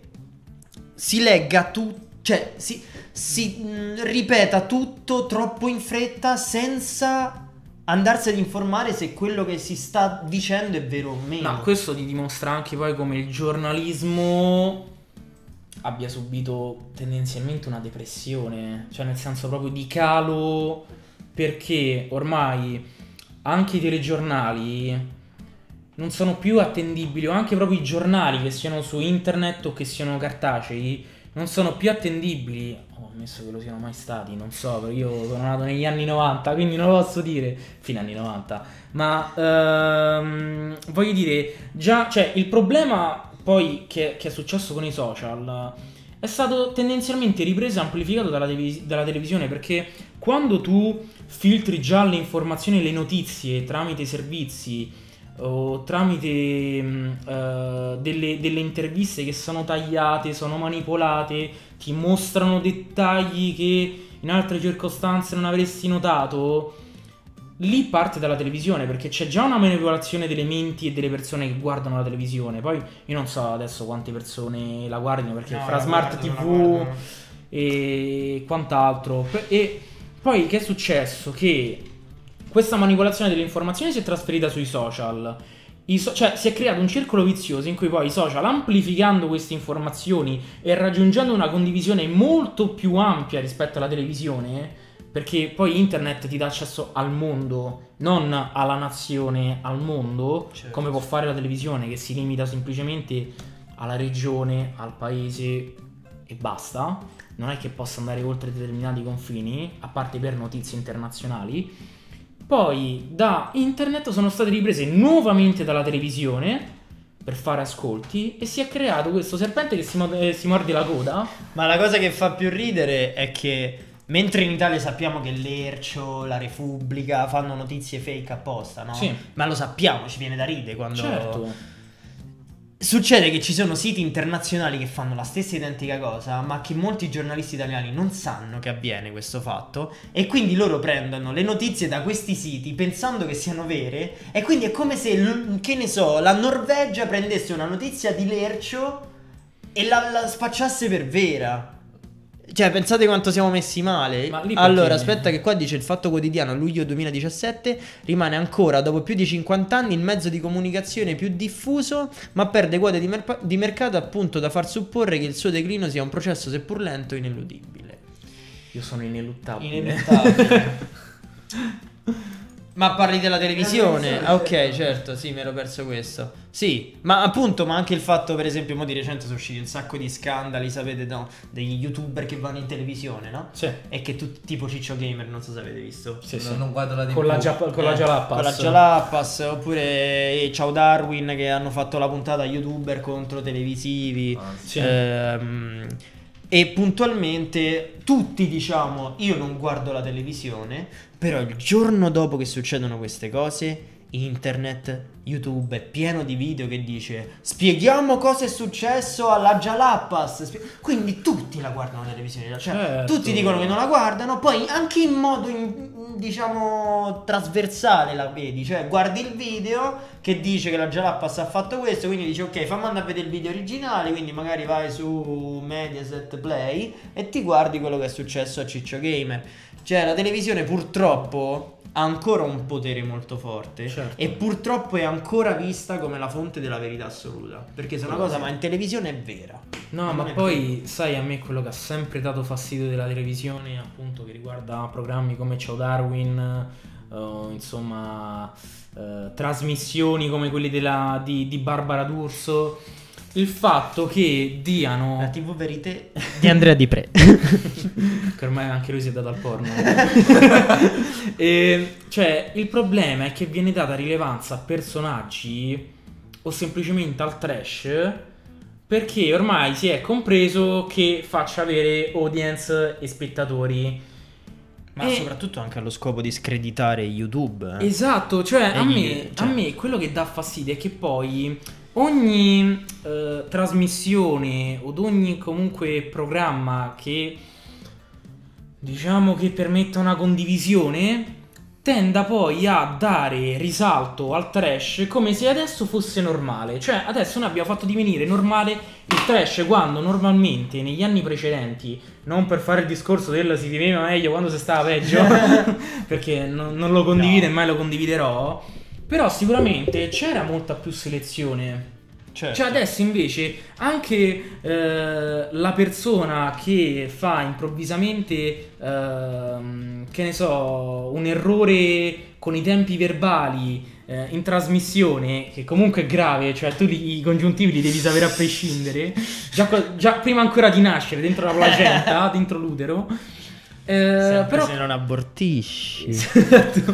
si legga tutto, cioè si, si mh, ripeta tutto troppo in fretta senza andarsi ad informare se quello che si sta dicendo è vero o meno. No, questo ti dimostra anche poi come il giornalismo abbia subito tendenzialmente una depressione, cioè nel senso proprio di calo, perché ormai anche i telegiornali non sono più attendibili, o anche proprio i giornali, che siano su internet o che siano cartacei, non sono più attendibili. Ho ammesso che lo siano mai stati, non so, perché io sono nato negli anni novanta, quindi non lo posso dire, fine anni novanta. Ma ehm, voglio dire, già, cioè il problema poi che, che è successo con i social è stato tendenzialmente ripreso e amplificato dalla, televis- dalla televisione, perché quando tu filtri già le informazioni e le notizie tramite servizi o tramite mh, uh, delle, delle interviste che sono tagliate, sono manipolate, ti mostrano dettagli che in altre circostanze non avresti notato, lì parte dalla televisione, perché c'è già una manipolazione delle menti e delle persone che guardano la televisione. Poi io non so adesso quante persone la guardino, perché No, fra la smart guardano, la tivù guardano. e quant'altro. E poi che è successo? Che questa manipolazione delle informazioni si è trasferita sui social. I so- cioè si è creato un circolo vizioso in cui poi i social, amplificando queste informazioni e raggiungendo una condivisione molto più ampia rispetto alla televisione, perché poi internet ti dà accesso al mondo, non alla nazione, al mondo, Certo. come può fare la televisione, che si limita semplicemente alla regione, al paese e basta, non è che possa andare oltre determinati confini, a parte per notizie internazionali. Poi da internet sono state riprese nuovamente dalla televisione per fare ascolti e si è creato questo serpente che si, mo- eh, si morde la coda. Ma la cosa che fa più ridere è che mentre in Italia sappiamo che l'Ercio, la Repubblica fanno notizie fake apposta, no? Sì. Ma lo sappiamo, ci viene da ridere quando... Certo. Succede che ci sono siti internazionali che fanno la stessa identica cosa, ma che molti giornalisti italiani non sanno che avviene questo fatto, e quindi loro prendono le notizie da questi siti pensando che siano vere, e quindi è come se, l- che ne so, la Norvegia prendesse una notizia di Lercio e la, la spacciasse per vera. Cioè, pensate quanto siamo messi male. Ma lì Allora, perché- aspetta che qua dice il Fatto Quotidiano, luglio duemiladiciassette, rimane ancora, dopo più di cinquanta anni, il mezzo di comunicazione più diffuso, ma perde quote di, mer- di mercato, appunto da far supporre che il suo declino sia un processo seppur lento e ineludibile. Io sono ineluttabile. Ineluttabile. Ma parli della televisione? televisione, Ah, ok, certo. certo, sì, mi ero perso questo. Sì, ma appunto, ma anche il fatto, per esempio, mo di recente sono usciti un sacco di scandali, sapete, no? Degli youtuber che vanno in televisione, no? Sì, E che tutti, tipo Ciccio Gamer, non so se avete visto. sì, sì. Non, non guardo la tivù. Con la, Gia- con la Eh, Jalapas. Con la Jalapas, oppure eh, Ciao Darwin, che hanno fatto la puntata youtuber contro televisivi. Ah, Sì. Ehm, e puntualmente tutti diciamo, io non guardo la televisione, però il giorno dopo che succedono queste cose, internet, YouTube è pieno di video che dice spieghiamo cosa è successo alla Jalapas. Spie- Quindi tutti la guardano la televisione, cioè Certo. tutti dicono che non la guardano, poi anche in modo in- diciamo trasversale la vedi, cioè guardi il video che dice che la Jalapas ha fatto questo, quindi dici ok, fammi andare a vedere il video originale, quindi magari vai su Mediaset Play e ti guardi quello che è successo a Ciccio Gamer. Cioè la televisione purtroppo ha ancora un potere molto forte, Certo. e purtroppo è ancora vista come la fonte della verità assoluta, perché se una cosa va in televisione è vera. No, Non ma è poi sai, a me quello che ha sempre dato fastidio della televisione, appunto, che riguarda programmi come Ciao Darwin, eh, insomma, eh, trasmissioni come quelli della, di, di Barbara D'Urso, il fatto che diano... La tivù Verité di Andrea Di Pre. che ormai anche lui si è dato al porno. E, cioè, il problema è che viene data rilevanza a personaggi o semplicemente al trash, perché ormai si è compreso che faccia avere audience e spettatori. Ma E- soprattutto anche allo scopo di screditare YouTube. eh. Esatto, cioè a Egli- me, cioè- a me quello che dà fastidio è che poi ogni eh, trasmissione o ogni comunque programma che diciamo che permetta una condivisione tenda poi a dare risalto al trash come se adesso fosse normale. Cioè adesso noi abbiamo fatto divenire normale il trash quando normalmente negli anni precedenti, non per fare il discorso del si viveva meglio quando si stava peggio, perché non, non lo condivido e mai lo condividerò, però sicuramente c'era molta più selezione. Certo. Cioè adesso invece anche eh, la persona che fa improvvisamente, ehm, che ne so, un errore con i tempi verbali eh, in trasmissione, che comunque è grave, cioè tu li- i congiuntivi li devi sapere a prescindere, già, qua- già prima ancora di nascere, dentro la placenta, dentro l'utero. Eh, Sempre però se non abortisci. Esatto.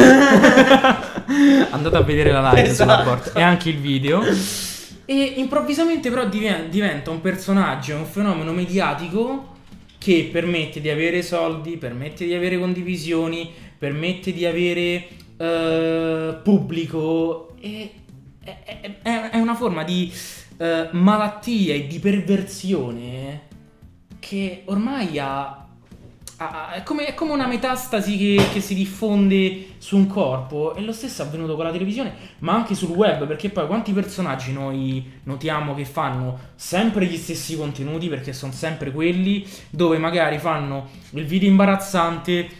Andate a vedere la live Esatto. sull'aborto e anche il video. E improvvisamente però diven- diventa un personaggio, un fenomeno mediatico che permette di avere soldi, permette di avere condivisioni, permette di avere eh, pubblico, e è, è- è- è una forma di eh, malattia e di perversione che ormai ha Ah, è, come, è come una metastasi che, che si diffonde su un corpo, e lo stesso è avvenuto con la televisione, ma anche sul web, perché poi quanti personaggi noi notiamo che fanno sempre gli stessi contenuti, perché sono sempre quelli, dove magari fanno il video imbarazzante,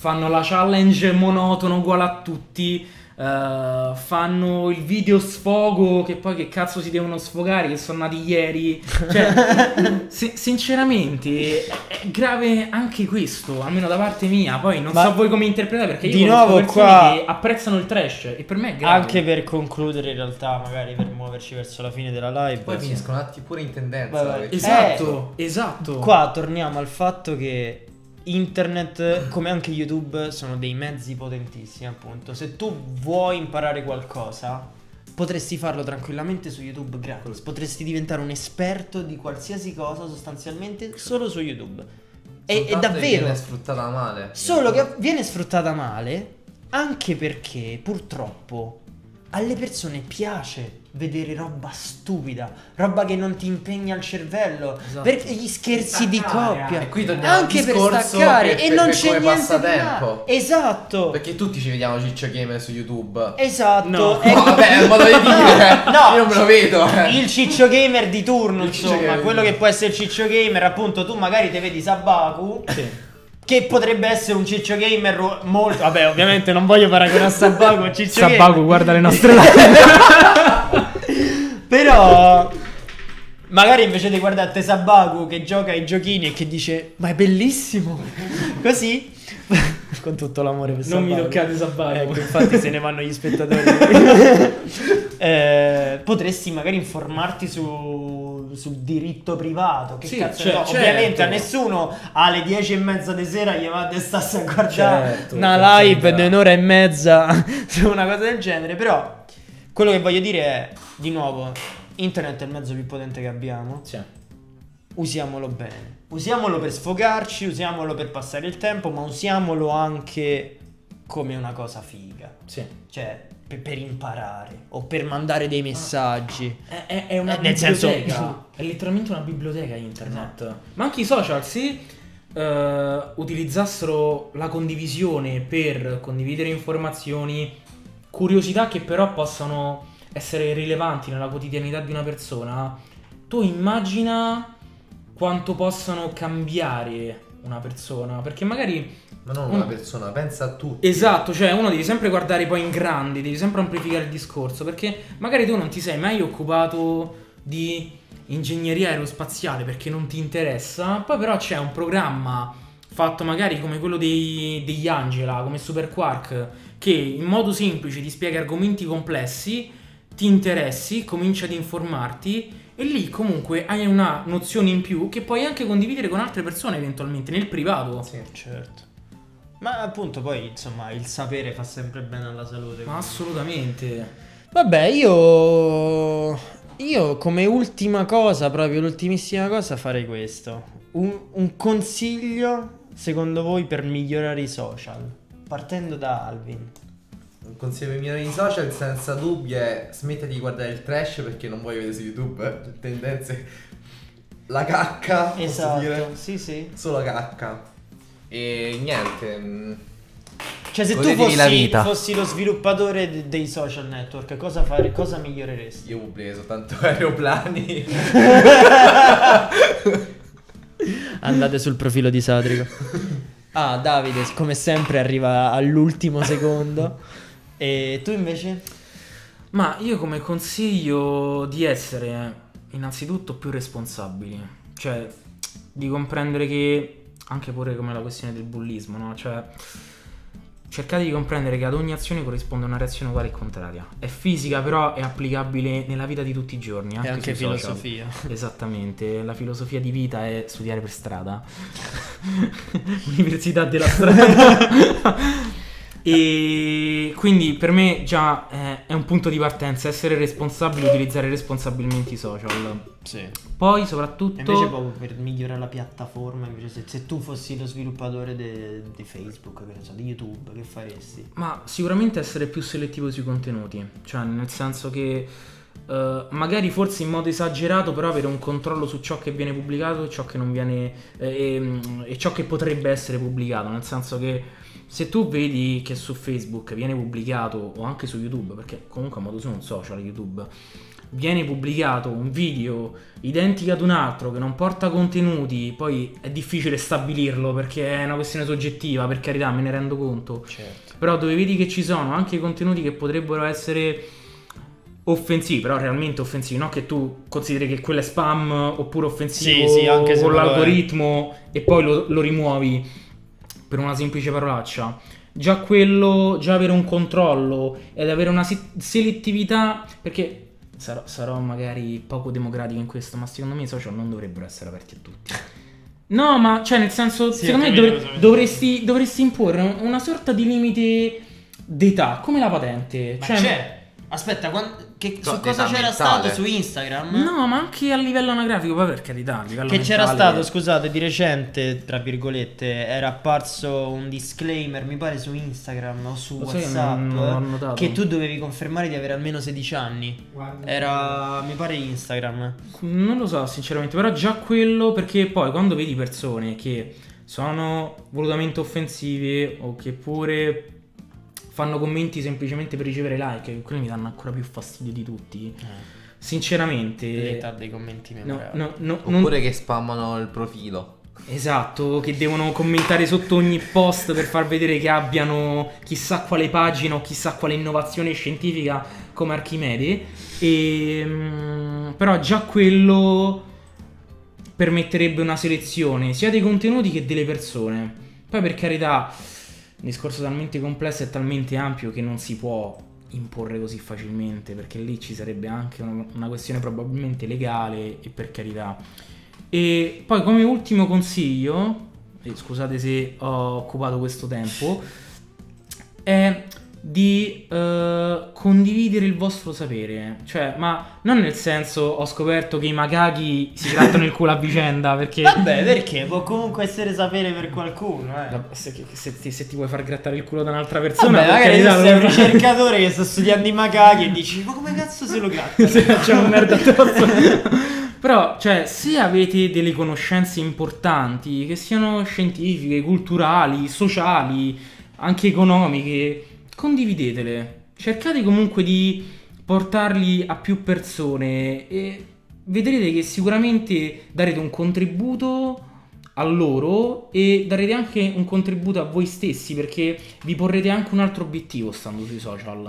fanno la challenge monotono uguale a tutti, uh, fanno il video sfogo che poi che cazzo si devono sfogare, che sono nati ieri, cioè si- sinceramente è, è grave anche questo, almeno da parte mia. Poi non Ma so voi come interpretate, perché io di conosco nuovo persone qua- che apprezzano il trash e per me è grave. Anche per concludere, in realtà, magari per muoverci verso la fine della live. Poi sì. finiscono atti pure in tendenza. Vai, vai. perché- Esatto, esatto. Qua torniamo al fatto che internet, come anche YouTube, sono dei mezzi potentissimi, appunto. Se tu vuoi imparare qualcosa, potresti farlo tranquillamente su YouTube gratis. Potresti diventare un esperto di qualsiasi cosa sostanzialmente solo su YouTube. E, e Soltanto che davvero, viene sfruttata male. solo che viene sfruttata male, anche perché purtroppo alle persone piace vedere roba stupida, roba che non ti impegna il cervello, Esatto. per gli scherzi di Staccare, coppia, E qui torniamo anche al per discorso staccare per- e per- non per c'è come niente di passatempo. male. Esatto. Perché tutti ci vediamo Ciccio Gamer su YouTube. Esatto. No. È- No, vabbè, è un modo di dire. No. Io non me lo vedo. eh. il ciccio gamer di turno, Il ciccio insomma, gamer. quello che può essere il ciccio gamer, appunto, tu magari te vedi Sabaku, che potrebbe essere un ciccio gamer ro- molto, vabbè, ovviamente non voglio paragonare Sabaku a ciccio gamer. Sabaku, guarda le nostre live. Però magari invece di guardare te Sabaku che gioca ai giochini e che dice "Ma è bellissimo". Così con tutto l'amore per Non mi Sabaku. toccate Sabaku. Ecco, infatti se ne vanno gli spettatori. Eh, potresti magari informarti su, sul diritto privato. Che Sì, cazzo cioè, no? certo. Ovviamente a nessuno alle dieci e mezza di sera gli va a destarsi a guardare Certo, una per live carità. di un'ora e mezza su una cosa del genere. Però quello che voglio dire è, di nuovo, internet è il mezzo più potente che abbiamo. Sì. Usiamolo bene. Usiamolo per sfogarci, usiamolo per passare il tempo, ma usiamolo anche come una cosa figa. Sì. Cioè, per, per imparare o per mandare dei messaggi. È, è- è una Eh, nel senso- biblioteca. È letteralmente una biblioteca internet. Ma anche i social, se eh, utilizzassero la condivisione per condividere informazioni, curiosità che però possano essere rilevanti nella quotidianità di una persona, tu immagina quanto possano cambiare una persona. Perché magari... Ma non Mm. una persona, pensa a tutti. Esatto, cioè uno devi sempre guardare poi in grande, devi sempre amplificare il discorso, perché magari tu non ti sei mai occupato di ingegneria aerospaziale perché non ti interessa, poi però c'è un programma fatto magari come quello dei, degli Angela, come Super Quark, che in modo semplice ti spiega argomenti complessi, ti interessi, cominci ad informarti e lì comunque hai una nozione in più che puoi anche condividere con altre persone eventualmente nel privato. Sì. Certo. Ma appunto poi, insomma, il sapere fa sempre bene alla salute. Ma assolutamente. Vabbè, io io come ultima cosa, proprio l'ultimissima cosa, farei questo. Un, un consiglio, secondo voi, per migliorare i social? Partendo da Alvin. Un consiglio migliore di social senza dubbio è smetti di guardare il trash perché non vuoi vedere su YouTube eh, tendenze. La cacca, posso Esatto, dire? sì sì. Solo cacca. E niente. mh, Cioè se tu Godetevi la fossi, vita. fossi lo sviluppatore de- dei social network, cosa, fare, cosa miglioreresti? Io pubblico soltanto aeroplani. Andate sul profilo di Sadrico. Ah, Davide, come sempre arriva all'ultimo secondo. E tu invece? Ma io come consiglio di essere innanzitutto più responsabili, cioè di comprendere che anche pure come la questione del bullismo, no? Cioè cercate di comprendere che ad ogni azione corrisponde una reazione uguale e contraria. È fisica, però è applicabile nella vita di tutti i giorni, anche, E anche sui social. filosofia. Esattamente, la filosofia di vita è studiare per strada. Università della strada. E quindi per me già eh, è un punto di partenza essere responsabili, utilizzare responsabilmente i social. Sì. Poi soprattutto E invece proprio per migliorare la piattaforma, invece se, se tu fossi lo sviluppatore de- di Facebook, che ne so, di YouTube, che faresti? Ma sicuramente essere più selettivo sui contenuti, cioè nel senso che eh, magari forse in modo esagerato, però avere un controllo su ciò che viene pubblicato e ciò che non viene eh, e, e ciò che potrebbe essere pubblicato, nel senso che se tu vedi che su Facebook viene pubblicato o anche su YouTube, perché comunque a modo suo è un social YouTube, viene pubblicato un video identico ad un altro che non porta contenuti, poi è difficile stabilirlo perché è una questione soggettiva, per carità, me ne rendo conto. Certo. Però dove vedi che ci sono anche contenuti che potrebbero essere offensivi, però realmente offensivi, no? Che tu consideri che quello è spam oppure offensivo Sì, sì, anche se con quello è. l'algoritmo e poi lo, lo rimuovi per una semplice parolaccia. Già quello, già avere un controllo ed avere una se- selettività, perché sarò, sarò magari poco democratico in questo, ma secondo me i social non dovrebbero essere aperti a tutti. No, ma cioè nel senso, Sì, secondo ho me capito dovre- cosa vuoi dovresti, dovresti imporre un- una sorta di limite d'età, come la patente. Ma Cioè, c'è. Aspetta, quan- che- No, su cosa età c'era mentale. stato su Instagram? no, ma anche a livello anagrafico, poi per carità, a livello Che c'era mentale- stato, scusate, di recente, tra virgolette, era apparso un disclaimer, mi pare su Instagram o su Lo sai che WhatsApp, non- non l'ho notato. che tu dovevi confermare di avere almeno sedici anni. Guarda. Era, mi pare Instagram. Non lo so sinceramente, però già quello, perché poi quando vedi persone che sono volutamente offensive o che pure fanno commenti semplicemente per ricevere like, quelli mi danno ancora più fastidio di tutti. Sinceramente, L'età dei commenti no, memorabili. no, no, non- Oppure che spammano il profilo. esatto, che devono commentare sotto ogni post per far vedere che abbiano chissà quale pagina o chissà quale innovazione scientifica come Archimede. E, mm, però già quello permetterebbe una selezione sia dei contenuti che delle persone. Poi per carità, il discorso è talmente complesso e talmente ampio che non si può imporre così facilmente, perché lì ci sarebbe anche una, una questione probabilmente legale, e per carità. E poi come ultimo consiglio, e scusate se ho occupato questo tempo, è di eh, condividere il vostro sapere. Cioè, ma non nel senso ho scoperto che i macachi si grattano il culo a vicenda, perché Vabbè, perché? Può comunque essere sapere per qualcuno, eh. se, se ti, se ti vuoi far grattare il culo da un'altra persona, Vabbè, per magari tu carità, sei un lo- ricercatore che sta studiando i macachi e dici, ma come cazzo se lo gratta? se facciamo merda addosso. Però, cioè, se avete delle conoscenze importanti, che siano scientifiche, culturali, sociali, anche economiche, condividetele. Cercate comunque di portarli a più persone e vedrete che sicuramente darete un contributo a loro e darete anche un contributo a voi stessi, perché vi porrete anche un altro obiettivo stando sui social.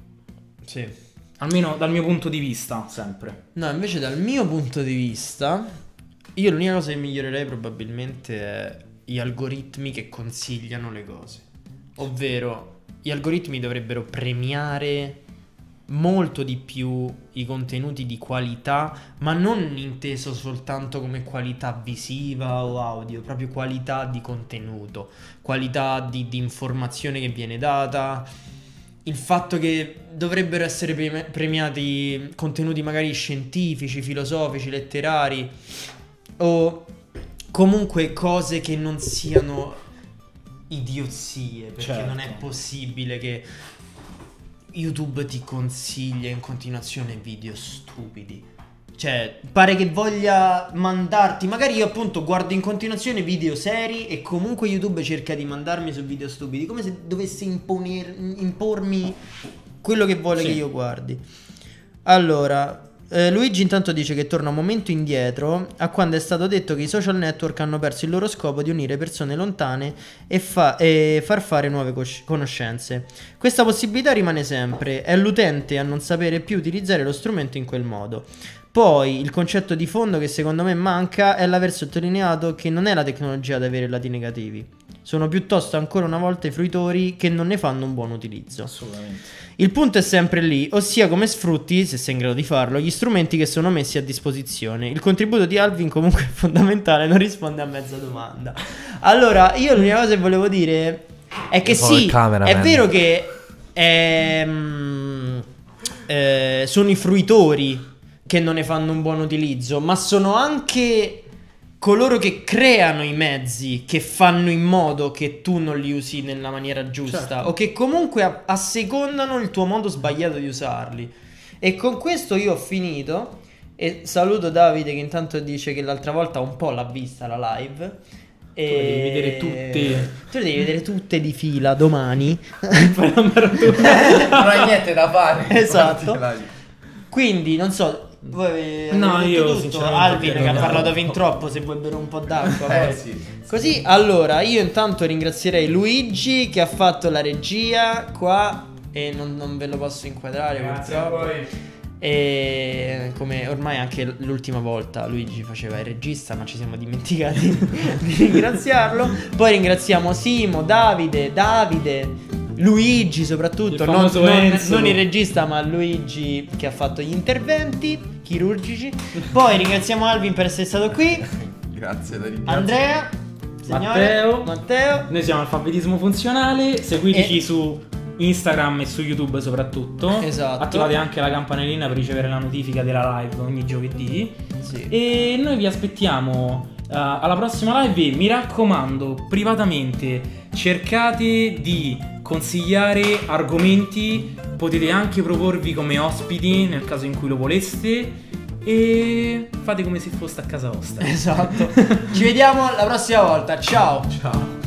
Sì. Almeno dal mio punto di vista, sempre. No, invece dal mio punto di vista, io l'unica cosa che migliorerei probabilmente è gli algoritmi che consigliano le cose. Ovvero, gli algoritmi dovrebbero premiare molto di più i contenuti di qualità, ma non inteso soltanto come qualità visiva o audio, proprio qualità di contenuto, qualità di, di informazione che viene data. Il fatto che dovrebbero essere premi- premiati contenuti magari scientifici, filosofici, letterari, o comunque cose che non siano idiozie, perché Certo. non è possibile che YouTube ti consiglia in continuazione video stupidi. Cioè, pare che voglia mandarti. Magari io appunto guardo in continuazione video seri e comunque YouTube cerca di mandarmi su video stupidi, come se dovesse imponer- impormi quello che vuole Sì. che io guardi. Allora, eh, Luigi intanto dice che torna un momento indietro a quando è stato detto che i social network hanno perso il loro scopo di unire persone lontane e, fa- e far fare nuove cos- conoscenze. Questa possibilità rimane sempre, è l'utente a non sapere più utilizzare lo strumento in quel modo. Poi il concetto di fondo che secondo me manca è l'aver sottolineato che non è la tecnologia ad avere lati negativi, sono piuttosto ancora una volta i fruitori che non ne fanno un buon utilizzo. Assolutamente. Il punto è sempre lì, ossia come sfrutti, se sei in grado di farlo, gli strumenti che sono messi a disposizione. Il contributo di Alvin comunque è fondamentale, non risponde a mezza domanda. Allora, io l'unica cosa che volevo dire è che Io sono sì, il cameraman. è vero che ehm, eh, sono i fruitori che non ne fanno un buon utilizzo, ma sono anche coloro che creano i mezzi che fanno in modo che tu non li usi nella maniera giusta, Certo. o che comunque a- assecondano il tuo modo sbagliato di usarli. E con questo io ho finito e saluto Davide che intanto dice che l'altra volta un po' l'ha vista la live. E... Tu le devi vedere tutte. Tu le devi vedere tutte di fila domani. Non hai niente da fare. Esatto. Infatti, Quindi non so, voi avete No, detto io tutto? sinceramente Alvin che ha no. parlato fin troppo, se vuoi bere un po' d'acqua. Eh poi. sì. Così, allora, io intanto ringrazierei Luigi che ha fatto la regia qua e non, non ve lo posso inquadrare Grazie a purtroppo. voi. E come ormai anche l'ultima volta Luigi faceva il regista, ma ci siamo dimenticati di ringraziarlo. Poi ringraziamo Simo, Davide, Davide, Luigi soprattutto, Il non, famoso non- Enzo. non il regista ma Luigi che ha fatto gli interventi chirurgici. Poi ringraziamo Alvin per essere stato qui, Grazie, da ringraziare. Andrea, signore, Matteo. Matteo. Noi siamo Alfabetismo Funzionale, seguiteci E- su Instagram e su YouTube soprattutto. Esatto. Attivate anche la campanellina per ricevere la notifica della live ogni giovedì. Sì. E noi vi aspettiamo uh, alla prossima live. E mi raccomando, privatamente cercate di consigliare argomenti. Potete anche proporvi come ospiti nel caso in cui lo voleste. E fate come se foste a casa vostra. Esatto. Ci vediamo la prossima volta. Ciao. Ciao.